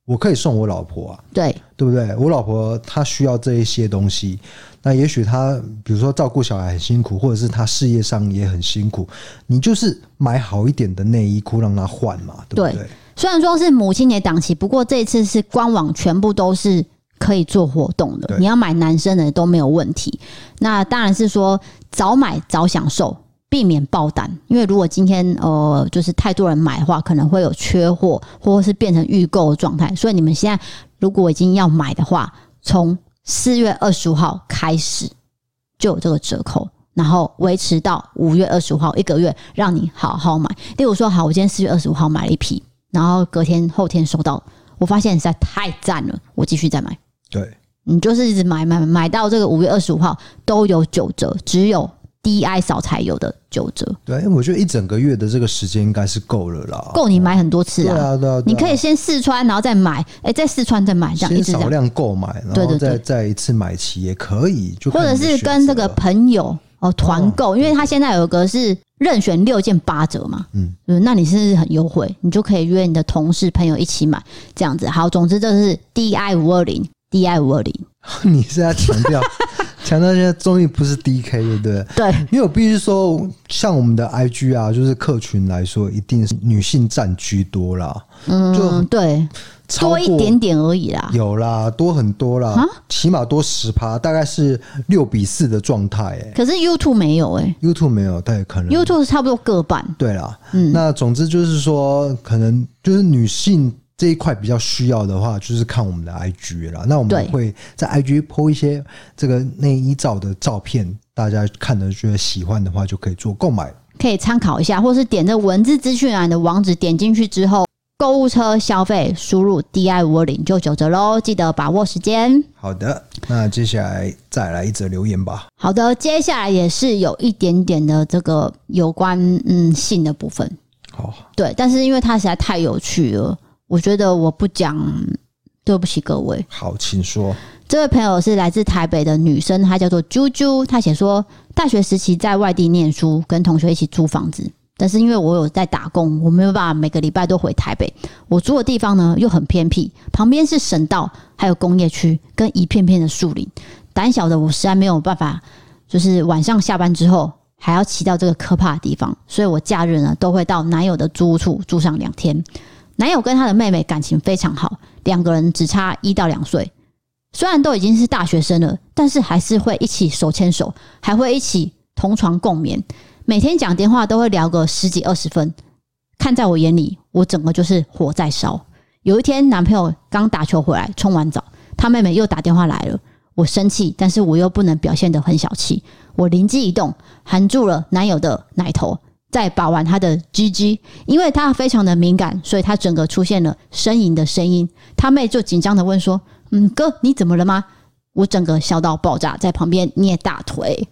我可以送我老婆啊， 对对不对？我老婆她需要这一些东西，那也许她比如说照顾小孩很辛苦，或者是她事业上也很辛苦，你就是买好一点的内衣裤让她换嘛，对不对？对， 虽然说是母亲节档期，不过这一次是官网全部都是可以做活动的，你要买男生的都没有问题。那当然是说早买早享受，避免爆单，因为如果今天呃就是太多人买的话，可能会有缺货，或者是变成预购的状态。所以你们现在如果已经要买的话，从四月二十五号开始就有这个折扣，然后维持到五月二十五号一个月，让你好好买。例如说，好，我今天四月二十五号买了一批，然后隔天后天收到，我发现实在太赞了，我继续再买。 对， 你就是一直买买买到这个五月二十五号都有九折，只有D I 扫才有的九折。 对，我觉得一整个月的这个时间应该是够了啦，够你买很多次啊。 对啊，对啊， 你可以先试穿，然后再买，哎、欸，再试穿再买，这样一直这样先少量购买，然后再对对对再一次买齐也可以，就或者是跟这个朋友哦团购，因为他现在有一个是任选六件八折嘛，嗯，那你是不是很优惠？你就可以约你的同事朋友一起买，这样子。好，总之这是 D I 五二零 D I 五二零。 你是要强调强调现在终于不是 D K 对不对？ 对， 因为我必须说，像我们的 I G 啊，就是客群来说，一定是女性占居多啦。 嗯，就对，多一点点而已啦。 有啦，多很多啦，起码多十趴，大概是六比四的状态。哎， 可是 YouTube 没有哎、欸、 ，YouTube 没有，对，可能 YouTube 是差不多各半。 对啦，嗯，那总之就是说，可能就是女性这一块比较需要的话，就是看我们的 I G 啦。那我们会在 I G po 一些这个内衣照的照片，大家看了觉得喜欢的话，就可以做购买， 可以参考一下，或是点这文字资讯栏的网址，点进去之后，购物车消费输入 D I 五二零就九折咯，记得把握时间。 好的，那接下来再来一则留言吧。 好的，接下来也是有一点点的这个有关嗯性的部分。 好， 对，但是因为它实在太有趣了。我觉得我不讲，对不起各位。 好，请说。 这位朋友是来自台北的女生，她叫做啾啾。她写说，大学时期在外地念书，跟同学一起租房子，但是因为我有在打工，我没有办法每个礼拜都回台北。我住的地方呢又很偏僻，旁边是省道，还有工业区，跟一片片的树林。胆小的我实在没有办法，就是晚上下班之后还要骑到这个可怕的地方，所以我假日呢都会到男友的租屋处住上两天。男友跟他的妹妹感情非常好，两个人只差一到两岁。虽然都已经是大学生了，但是还是会一起手牵手，还会一起同床共眠。每天讲电话都会聊个十几二十分。看在我眼里，我整个就是火在烧。有一天，男朋友刚打球回来，冲完澡，他妹妹又打电话来了。我生气，但是我又不能表现得很小气。我灵机一动，含住了男友的奶头。再把玩他的 G G， 因为他非常的敏感，所以他整个出现了呻吟的声音。他妹就紧张的问说：“嗯，哥，你怎么了吗？”我整个笑到爆炸，在旁边捏大腿。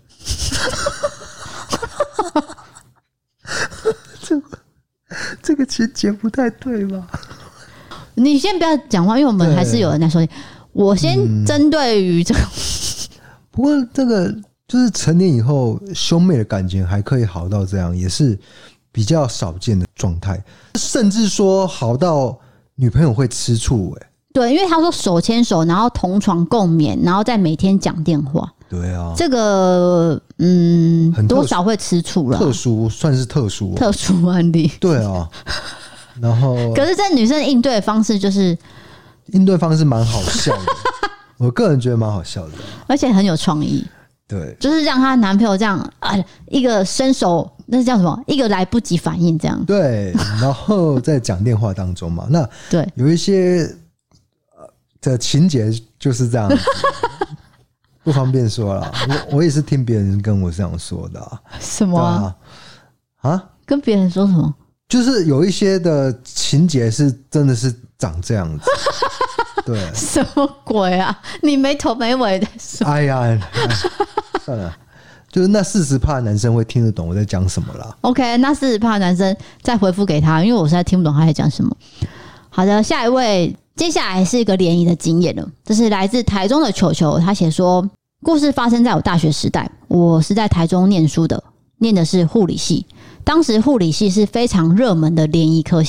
这个这个情节不太对吧？ 你先不要讲话，因为我们还是有人在说。我先针对于这个、 嗯，不过这个。就是成年以后，兄妹的感情还可以好到这样，也是比较少见的状态。甚至说好到女朋友会吃醋、欸， 对，因为他说手牵手，然后同床共眠，然后再每天讲电话。 对啊， 这个嗯，多少会吃醋了。 特殊算是特殊、 特殊案例。 对啊，然后可是这女生应对的方式就是应对方式蛮好笑的，我个人觉得蛮好笑的， 而且很有创意。 对， 就是让她男朋友这样啊，一个伸手，那是叫什么？一个来不及反应这样。 对，然后在讲电话当中嘛，那对有一些呃的情节就是这样子，不方便说了。我我也是听别人跟我这样说的、啊。 什么啊？ 啊？ 跟别人说什么？ 就是有一些的情节是真的是长这样子。对， 什么鬼啊？你没头没尾的说。 哎呀，哎算了，就是那四十趴男生会听得懂我在讲什么啦。 OK， 那四十趴男生再回复给他，因为我实在听不懂他在讲什么。好的，下一位，接下来是一个联谊的经验了。这是来自台中的球球，他写说，故事发生在我大学时代，我是在台中念书的，念的是护理系。当时护理系是非常热门的联谊科系。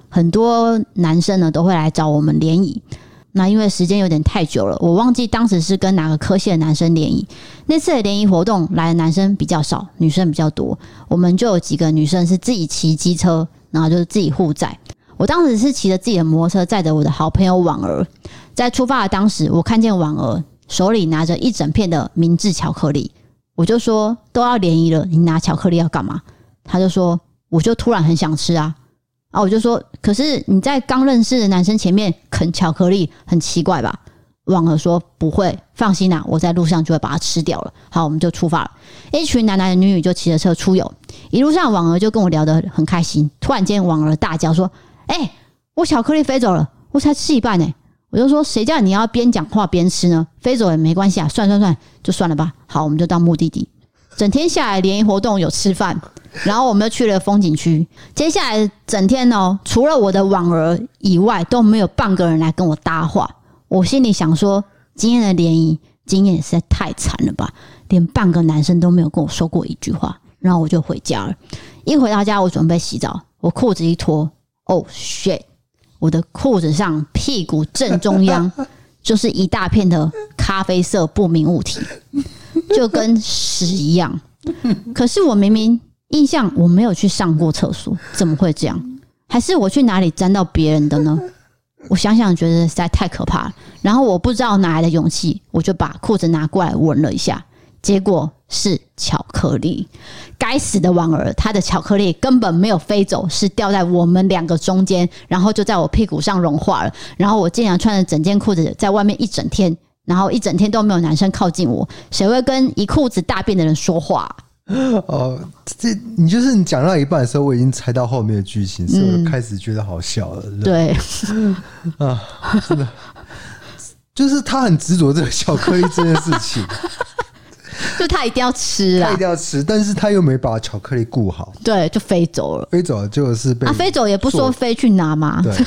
很多男生呢都会来找我们联谊。那因为时间有点太久了，我忘记当时是跟哪个科系的男生联谊。那次的联谊活动来的男生比较少，女生比较多。我们就有几个女生是自己骑机车，然后就是自己互载。我当时是骑着自己的摩托车载着我的好朋友婉儿。在出发的当时，我看见婉儿手里拿着一整片的明治巧克力，我就说都要联谊了，你拿巧克力要干嘛？他就说我就突然很想吃啊。啊，我就说，可是你在刚认识的男生前面啃巧克力，很奇怪吧？婉儿说不会，放心啦，我在路上就会把它吃掉了。好，我们就出发了。一群男男女女就骑着车出游，一路上婉儿就跟我聊得很开心。突然间，婉儿大叫说：“哎、欸，我巧克力飞走了，我才吃一半呢、欸！”我就说：“谁叫你要边讲话边吃呢？飞走也没关系啊，算算算，就算了吧。”好，我们就到目的地。整天下来，联谊活动有吃饭。然后我们又去了风景区，接下来整天哦，除了我的婉儿以外，都没有半个人来跟我搭话。我心里想说，今天的联谊经验实在太惨了吧，连半个男生都没有跟我说过一句话。然后我就回家了。一回到家，我准备洗澡，我裤子一脱，哦 shit， 我的裤子上屁股正中央就是一大片的咖啡色不明物体，就跟屎一样。可是我明明印象我没有去上过厕所，怎么会这样？还是我去哪里沾到别人的呢？我想想觉得实在太可怕了。然后我不知道哪来的勇气，我就把裤子拿过来闻了一下，结果是巧克力。该死的婉儿，她的巧克力根本没有飞走，是掉在我们两个中间，然后就在我屁股上融化了。然后我竟然穿着整件裤子在外面一整天，然后一整天都没有男生靠近我。谁会跟一裤子大便的人说话啊？ 哦，这你就是你讲到一半的时候，我已经猜到后面的剧情，所以我开始觉得好笑了。 嗯、对， 啊，真的，就是他很执着这个巧克力这件事情， 就他一定要吃啊， 他一定要吃，但是他又没把巧克力顾好， 对，就飞走了， 飞走了就是被啊，飞走也不说飞去哪嘛， 对，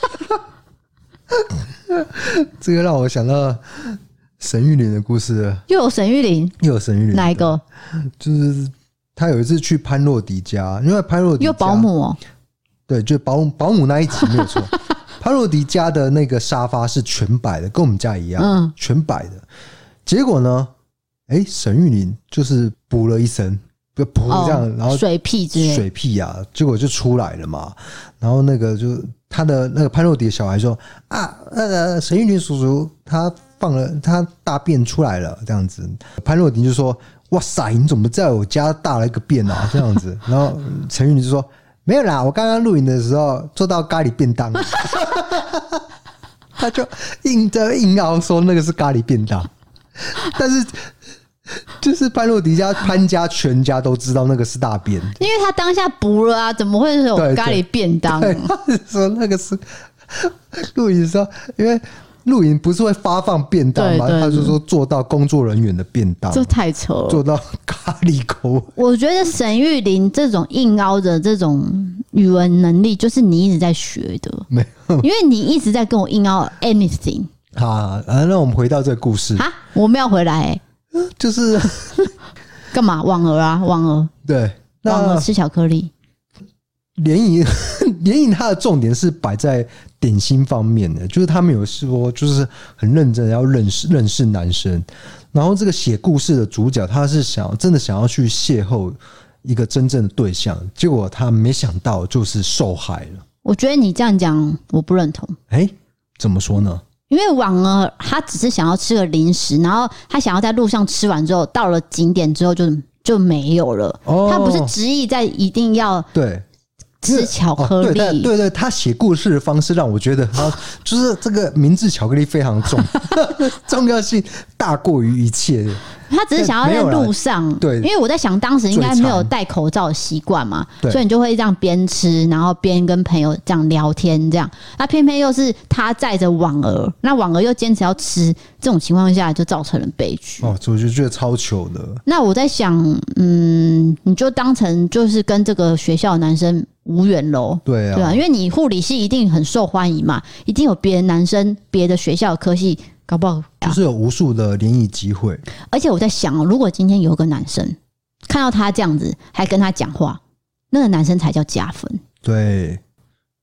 这个让我想到沈玉琳的故事， 又有沈玉琳， 又有沈玉琳， 哪一个？ 就是他有一次去潘若迪家，因为潘若迪有保姆哦， 对，就保姆保姆那一集没有错。潘若迪家的那个沙发是全白的，跟我们家一样，嗯，全白的。结果呢，哎、欸，沈玉琳就是补了一声，就噗这样，哦、然后水屁之类， 水屁啊，结果就出来了嘛。然后那个就他的那个潘若迪的小孩说啊，那个沈玉琳叔叔他。放了他大便出来了，这样子，潘若迪就说：“哇塞，你怎么在我家大了一个便啊？”这样子，然后陈玉琳就说：“没有啦，我刚刚录影的时候做到咖喱便当。”他就硬在硬凹说那个是咖喱便当，但是就是潘若迪家潘家全家都知道那个是大便， 因为他当下补了啊，怎么会是有咖喱便当？ 对，对对，他说那个是录影的时候，因为。露营不是会发放便当吗？他就说做到工作人员的便当， 这太扯了， 做到咖喱口味。 我觉得沈玉琳这种硬凹的这种语文能力，就是你一直在学的， 没有， 因为你一直在跟我硬凹 anything 啊。那我们回到这个故事啊，我们要回来、欸， 就是干嘛？婉儿啊，婉儿， 对， 婉儿吃巧克力。 联谊，联谊它的重点是摆在点心方面的，就是他们有说，就是很认真的要认识认识男生，然后这个写故事的主角他是想真的想要去邂逅一个真正的对象，结果他没想到就是受害了。 我觉得你这样讲我不认同。 哎、欸，怎么说呢？ 因为婉儿他只是想要吃个零食，然后他想要在路上吃完之后，到了景点之后就就没有了。哦、他不是执意在一定要对。 吃巧克力， 哦、对对对，他写故事的方式让我觉得，他就是这个明治巧克力非常重，重要性大过于一切。 他只是想要在路上，对，因为我在想当时应该没有戴口罩的习惯嘛，所以你就会这样边吃，然后边跟朋友这样聊天，这样。那偏偏又是他载着婉儿，那婉儿又坚持要吃，这种情况下就造成了悲剧。 哦，我就觉得超糗的。 那我在想，嗯，你就当成就是跟这个学校的男生无缘喽， 对啊， 对啊，因为你护理系一定很受欢迎嘛，一定有别的男生、别的学校的科系。搞不好就是有无数的联谊机会， 而且我在想哦，如果今天有个男生看到他这样子，还跟他讲话，那个男生才叫加分。 对，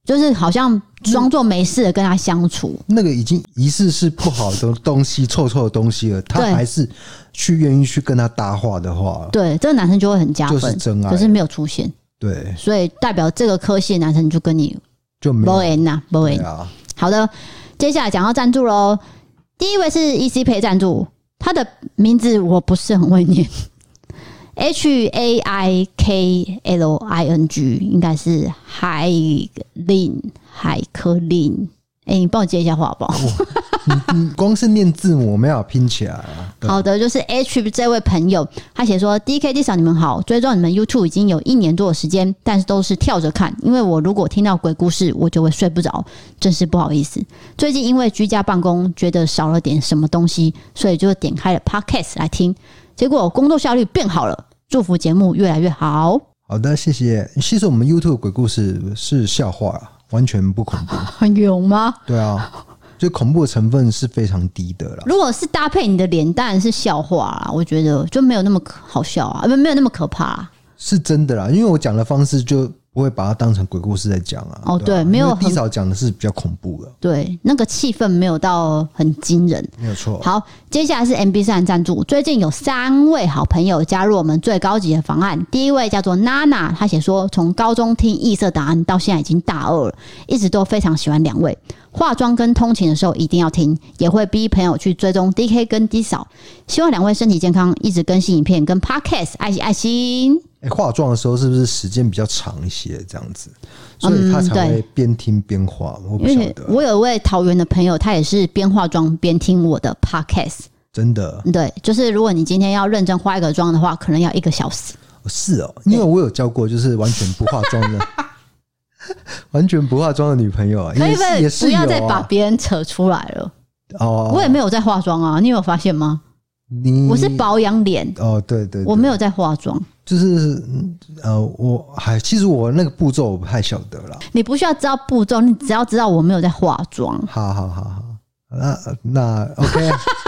就是好像装作没事的跟他相处。 那个已经疑似是不好的东西臭臭的东西了，他还是去愿意去跟他搭话的话， 对，这个男生就会很加分， 就是真爱。 可是没有出现， 对， 所以代表这个科系的男生就跟你就没有缘呐，没缘。好的，接下来讲到赞助喽。第一位是 E C Pay 赞助，他的名字我不是很会念。H A I K L I N G 应该是海林海科林，哎、欸，你帮我接一下话好不好？ 你你光是念字母我没法拼起来啊。 好的，就是 H 这位朋友，他写说 D K D 嫂你们好，追踪你们 YouTube 已经有一年多的时间，但是都是跳着看，因为我如果听到鬼故事我就会睡不着，真是不好意思。最近因为居家办公觉得少了点什么东西，所以就点开了 Podcast 来听，结果工作效率变好了，祝福节目越来越好。 好的，谢谢。其实我们 YouTube 鬼故事是笑话，完全不恐怖。 有吗？ 对啊，就恐怖的成分是非常低的啦。 如果是搭配你的脸，当然是笑话啦，我觉得就没有那么好笑啊，没有那么可怕啊。 是真的啦，因为我讲的方式就不会把它当成鬼故事在讲啊。 哦，对， 对啊， 没有 D嫂讲的是比较恐怖的， 对，那个气氛没有到很惊人， 没有错。 好，接下来是 M B 三赞助，最近有三位好朋友加入我们最高级的方案。第一位叫做娜娜，她写说从高中听异色档案到现在已经大二了，一直都非常喜欢两位。化妆跟通勤的时候一定要听，也会逼朋友去追踪 D K 跟 D 嫂。希望两位身体健康，一直更新影片跟 Podcast， 爱心爱心。 欸、化妆的时候是不是时间比较长一些这样子，所以他才会边听边化、嗯、我不晓得。 我有一位桃园的朋友，他也是边化妆边听我的 Podcast。 真的？ 对，就是如果你今天要认真化一个妆的话，可能要一个小时。 是哦，因为我有交过就是完全不化妆的完全不化妆的女朋友啊， 可以也是有、啊、 不要再把别人扯出来了。 哦， 我也没有在化妆啊，你有发现吗？ 你我是保养脸哦，对 对, 对， 我没有在化妆， 就是呃，我还其实我那个步骤我不太晓得啦。 你不需要知道步骤，你只要知道我没有在化妆。 好好好好，那那 OK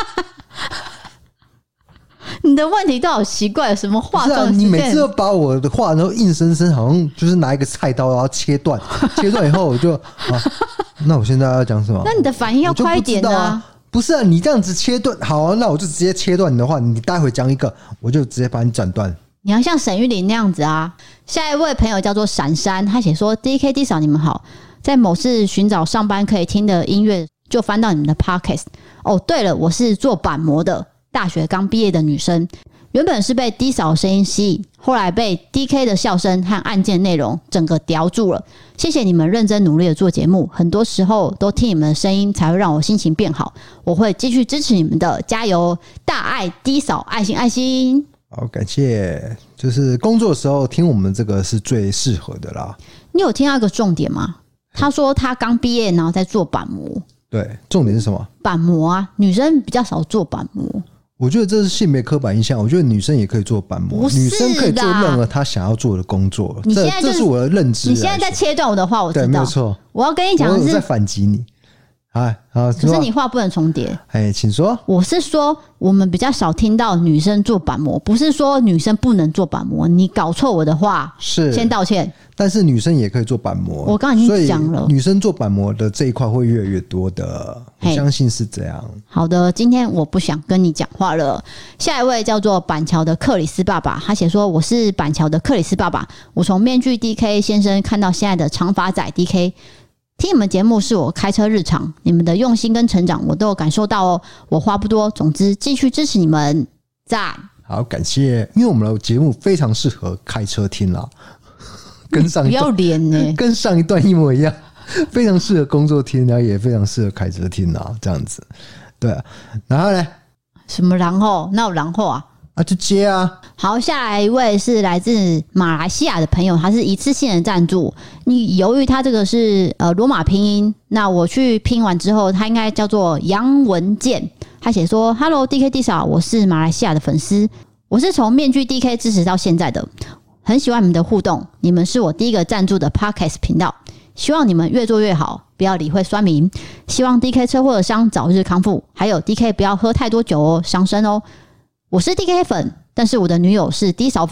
你的问题都好奇怪，有什么化妆、啊？ 你每次都把我的话，然后硬生生好像就是拿一个菜刀，然后切断，切断以后我就、啊、那我现在要讲什么？ 那你的反应要快一点啊！ 不是啊，你这样子切断，好啊，那我就直接切断你的话，你待会讲一个，我就直接把你斩断。 你要像沈玉琳那样子啊！下一位朋友叫做闪闪，他写说 ：“D K D 嫂，你们好，在某次寻找上班可以听的音乐，就翻到你们的 Podcast。哦，对了，我是做板模的，大学刚毕业的女生，原本是被 D 嫂的声音吸引，后来被 D K 的笑声和案件内容整个叼住了。谢谢你们认真努力的做节目，很多时候都听你们的声音才会让我心情变好。我会继续支持你们的，加油！大爱 D 嫂，爱心爱心。” 好，感谢。就是工作的时候听我们这个是最适合的啦。 你有听到一个重点吗？他说他刚毕业，然后在做板模。 对，重点是什么？ 板模啊，女生比较少做板模。 我觉得这是性别刻板印象，我觉得女生也可以做板模，女生可以做任何她想要做的工作。 你现在、就是、 这是我的认知。 你现在在切断我的话，我知道， 对，没有错。 我要跟你讲的是， 我在反击你。哎，好， 可是你话不能重叠。 哎，请说。 我是说，我们比较少听到女生做板模，不是说女生不能做板模。你搞错我的话， 是先道歉。 但是女生也可以做板模， 我刚刚已经讲了， 女生做板模的这一块会越来越多的，我相信是这样。 好的，今天我不想跟你讲话了。下一位叫做板桥的克里斯爸爸，他写说：“我是板桥的克里斯爸爸，我从面具 D K 先生看到现在的长发仔 D K。”听你们节目是我开车日常，你们的用心跟成长我都有感受到哦。我话不多，总之继续支持你们，赞！ 好，感谢，因为我们的节目非常适合开车听啦，跟上一段不要脸呢、欸， 跟上一段一模一样，非常适合工作听，然后也非常适合开车听啊，这样子。对啊，然后呢？ 什么然后？那有然后啊？ 啊，就接啊！ 好，下来一位是来自马来西亚的朋友，他是一次性的赞助。你由于他这个是呃罗马拼音，那我去拼完之后，他应该叫做杨文健。他写说 ：“Hello D K D 嫂，我是马来西亚的粉丝，我是从面具 D K 支持到现在的，很喜欢你们的互动。你们是我第一个赞助的 Podcast 频道，希望你们越做越好，不要理会酸民。希望 D K 车祸的伤早日康复，还有 D K 不要喝太多酒哦，伤身哦。”我是 D K 粉，但是我的女友是 D 嫂粉。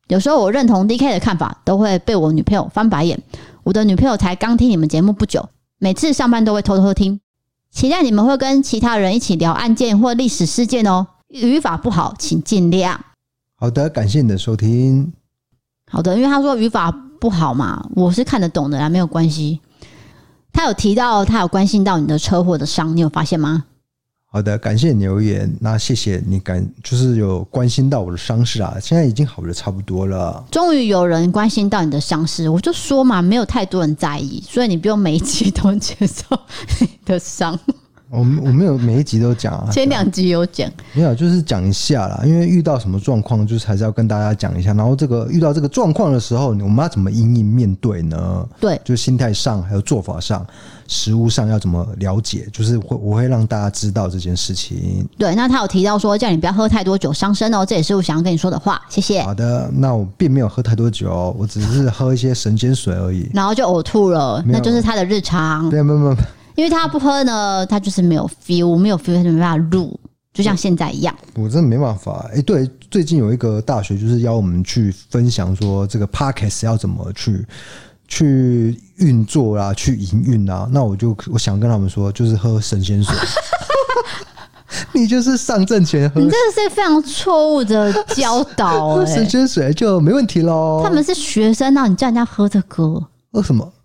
有时候我认同 D K 的看法，都会被我女朋友翻白眼。我的女朋友才刚听你们节目不久，每次上班都会偷偷听，期待你们会跟其他人一起聊案件或历史事件哦。语法不好请尽量。 好的，感谢你的收听。 好的，因为他说语法不好嘛，我是看得懂的啦，没有关系。他有提到他有关心到你的车祸的伤，你有发现吗？ 好的，感谢你留言，那谢谢你感就是有关心到我的伤势啊，现在已经好的差不多了。 终于有人关心到你的伤势，我就说嘛，没有太多人在意，所以你不用每一集都接受你的伤。 我我没有每一集都讲啊， 前两集有讲， 没有就是讲一下啦，因为遇到什么状况，就是还是要跟大家讲一下。然后这个遇到这个状况的时候，我们要怎么因应面对呢？ 对， 就是心态上，还有做法上，实务上要怎么了解，就是会我会让大家知道这件事情。 对，那他有提到说叫你不要喝太多酒伤身哦，这也是我想要跟你说的话，谢谢。 好的，那我并没有喝太多酒，我只是喝一些神仙水而已， 然后就呕吐了，那就是他的日常。 没有没有没有。 因为他不喝呢，他就是没有 feel， 没有 feel 他就没办法录，就像现在一样。 我真的没办法。哎、欸，对，最近有一个大学就是邀我们去分享说这个 podcast 要怎么去去运作啦，去营运啊。那我就我想跟他们说，就是喝神仙水。你就是上阵前喝， 你这个是非常错误的教导、欸。 喝神仙水就没问题咯。 他们是学生啊，你叫人家喝这个， 喝什么？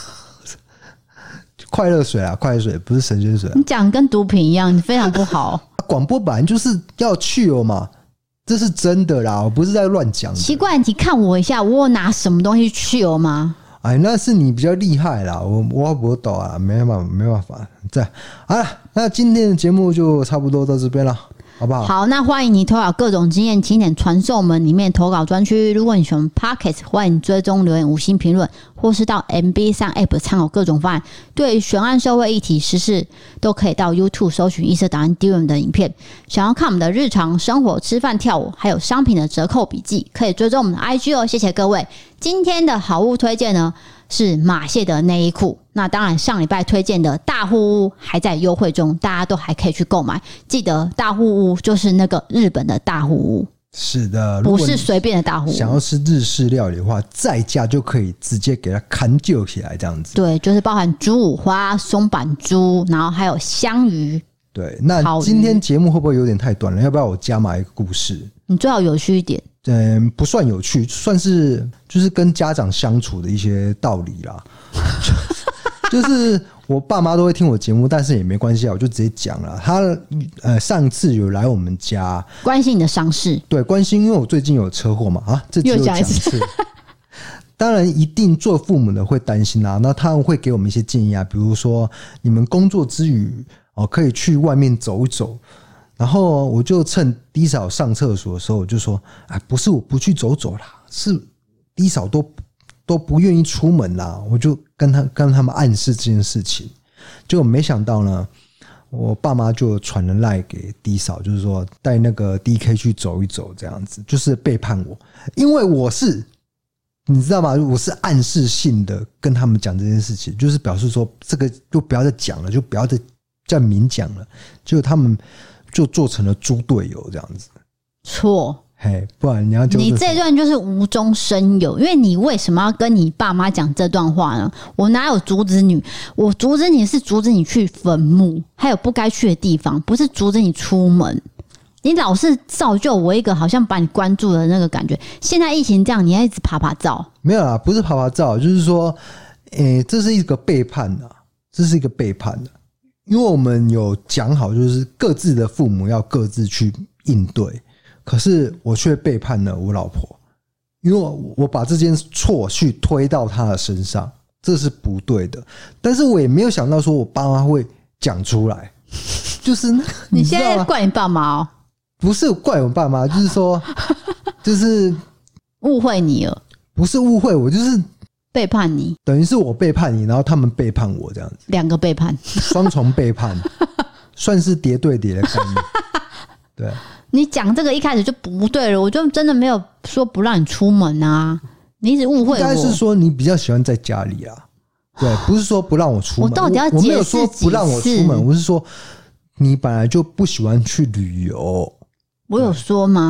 快乐水啊，快乐水不是神仙水、啊。 你讲跟毒品一样，你非常不好。 广播版就是要去哦嘛，这是真的啦，我不是在乱讲。 奇怪，你看我一下，我有拿什么东西去哦吗？ 哎，那是你比较厉害啦，我我不懂啊，没办法，没办法。这样好了，那今天的节目就差不多到这边了。好不好？ 好，那欢迎你投稿各种经验，请点传送门里面投稿专区。如果你喜欢 Podcast， 欢迎追踪留言、五星评论，或是到 M B 三 App 参考各种方案。对于悬案、社会议题、时事，都可以到 YouTube 搜寻异色档案 D M 的影片。想要看我们的日常生活、吃饭、跳舞，还有商品的折扣笔记，可以追踪我们的 I G 哦。谢谢各位。今天的好物推荐呢，是马蟹的内衣裤。那当然，上礼拜推荐的大户屋还在优惠中，大家都还可以去购买。记得大户屋就是那个日本的大户屋， 是的， 不是随便的大户屋。 想要吃日式料理的话，在家就可以直接给它砍就起来，这样子。 对，就是包含猪五花、松板猪，然后还有香鱼。 对，那今天节目会不会有点太短了？要不要我加码一个故事？ 你最好有趣一点。 嗯，不算有趣，算是就是跟家长相处的一些道理啦。就是我爸妈都会听我节目，但是也没关系啊，我就直接讲了。他呃上次有来我们家， 关心你的伤势， 对，关心，因为我最近有车祸嘛，啊，这只有讲一次。当然，一定做父母的会担心啊，那他们会给我们一些建议啊，比如说你们工作之余哦，可以去外面走一走。然后我就趁D嫂上厕所的时候，我就说：“哎，不是我不去走走啦，是D嫂都都不愿意出门啦。”我就跟他跟他们暗示这件事情，结果没想到呢，我爸妈就传了赖给D嫂，就是说带那个 D K 去走一走，这样子就是背叛我，因为我是你知道吗？我是暗示性的跟他们讲这件事情，就是表示说这个就不要再讲了，就不要再再明讲了，结果他们就做成了猪队友这样子， 错， 嘿，不然你要你这段就是无中生有，因为你为什么要跟你爸妈讲这段话呢？我哪有阻止你？我阻止你是阻止你去坟墓，还有不该去的地方，不是阻止你出门。你老是造就我一个好像把你关注的那个感觉。现在疫情这样，你还一直爬爬照？ 没有啦，不是爬爬照，就是说，诶、欸，这是一个背叛啊，这是一个背叛啊。因为我们有讲好，就是各自的父母要各自去应对，可是我却背叛了我老婆，因为我把这件错去推到她的身上，这是不对的。但是我也没有想到说我爸妈会讲出来，就是你, 你现在怪你爸妈哦？ 不是怪我爸妈，就是说，就是误会你了， 不是误会我，就是背叛你， 等于是我背叛你，然后他们背叛我，这样子， 两个背叛， 双重背叛，算是叠对叠的概念。对， 你讲这个一开始就不对了，我就真的没有说不让你出门啊，你一直误会我。 应该是说你比较喜欢在家里啊，对，不是说不让我出门。 我到底要我没有说不让我出门，我是说你本来就不喜欢去旅游。 我有说吗？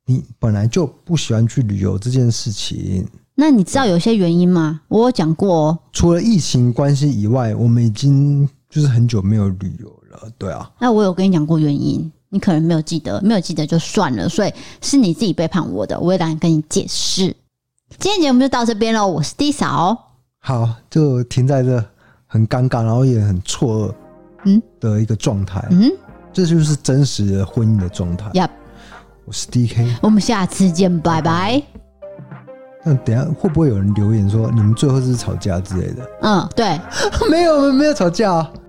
你本来就不喜欢去旅游这件事情。 那你知道有些原因吗？我有讲过哦。 除了疫情关系以外，我们已经就是很久没有旅游了，对啊。 那我有跟你讲过原因，你可能没有记得，没有记得就算了，所以是你自己背叛我的，我也来跟你解释。今天节目就到这边了，我是 D 嫂。 好，就停在这很尴尬，然后也很错愕嗯的一个状态。嗯，这就是真实的婚姻的状态。 Yep， 我是 D K， 我们下次见，拜拜。 那等一下会不会有人留言说你们最后是吵架之类的？ 嗯，对， 没有，我们没有吵架啊。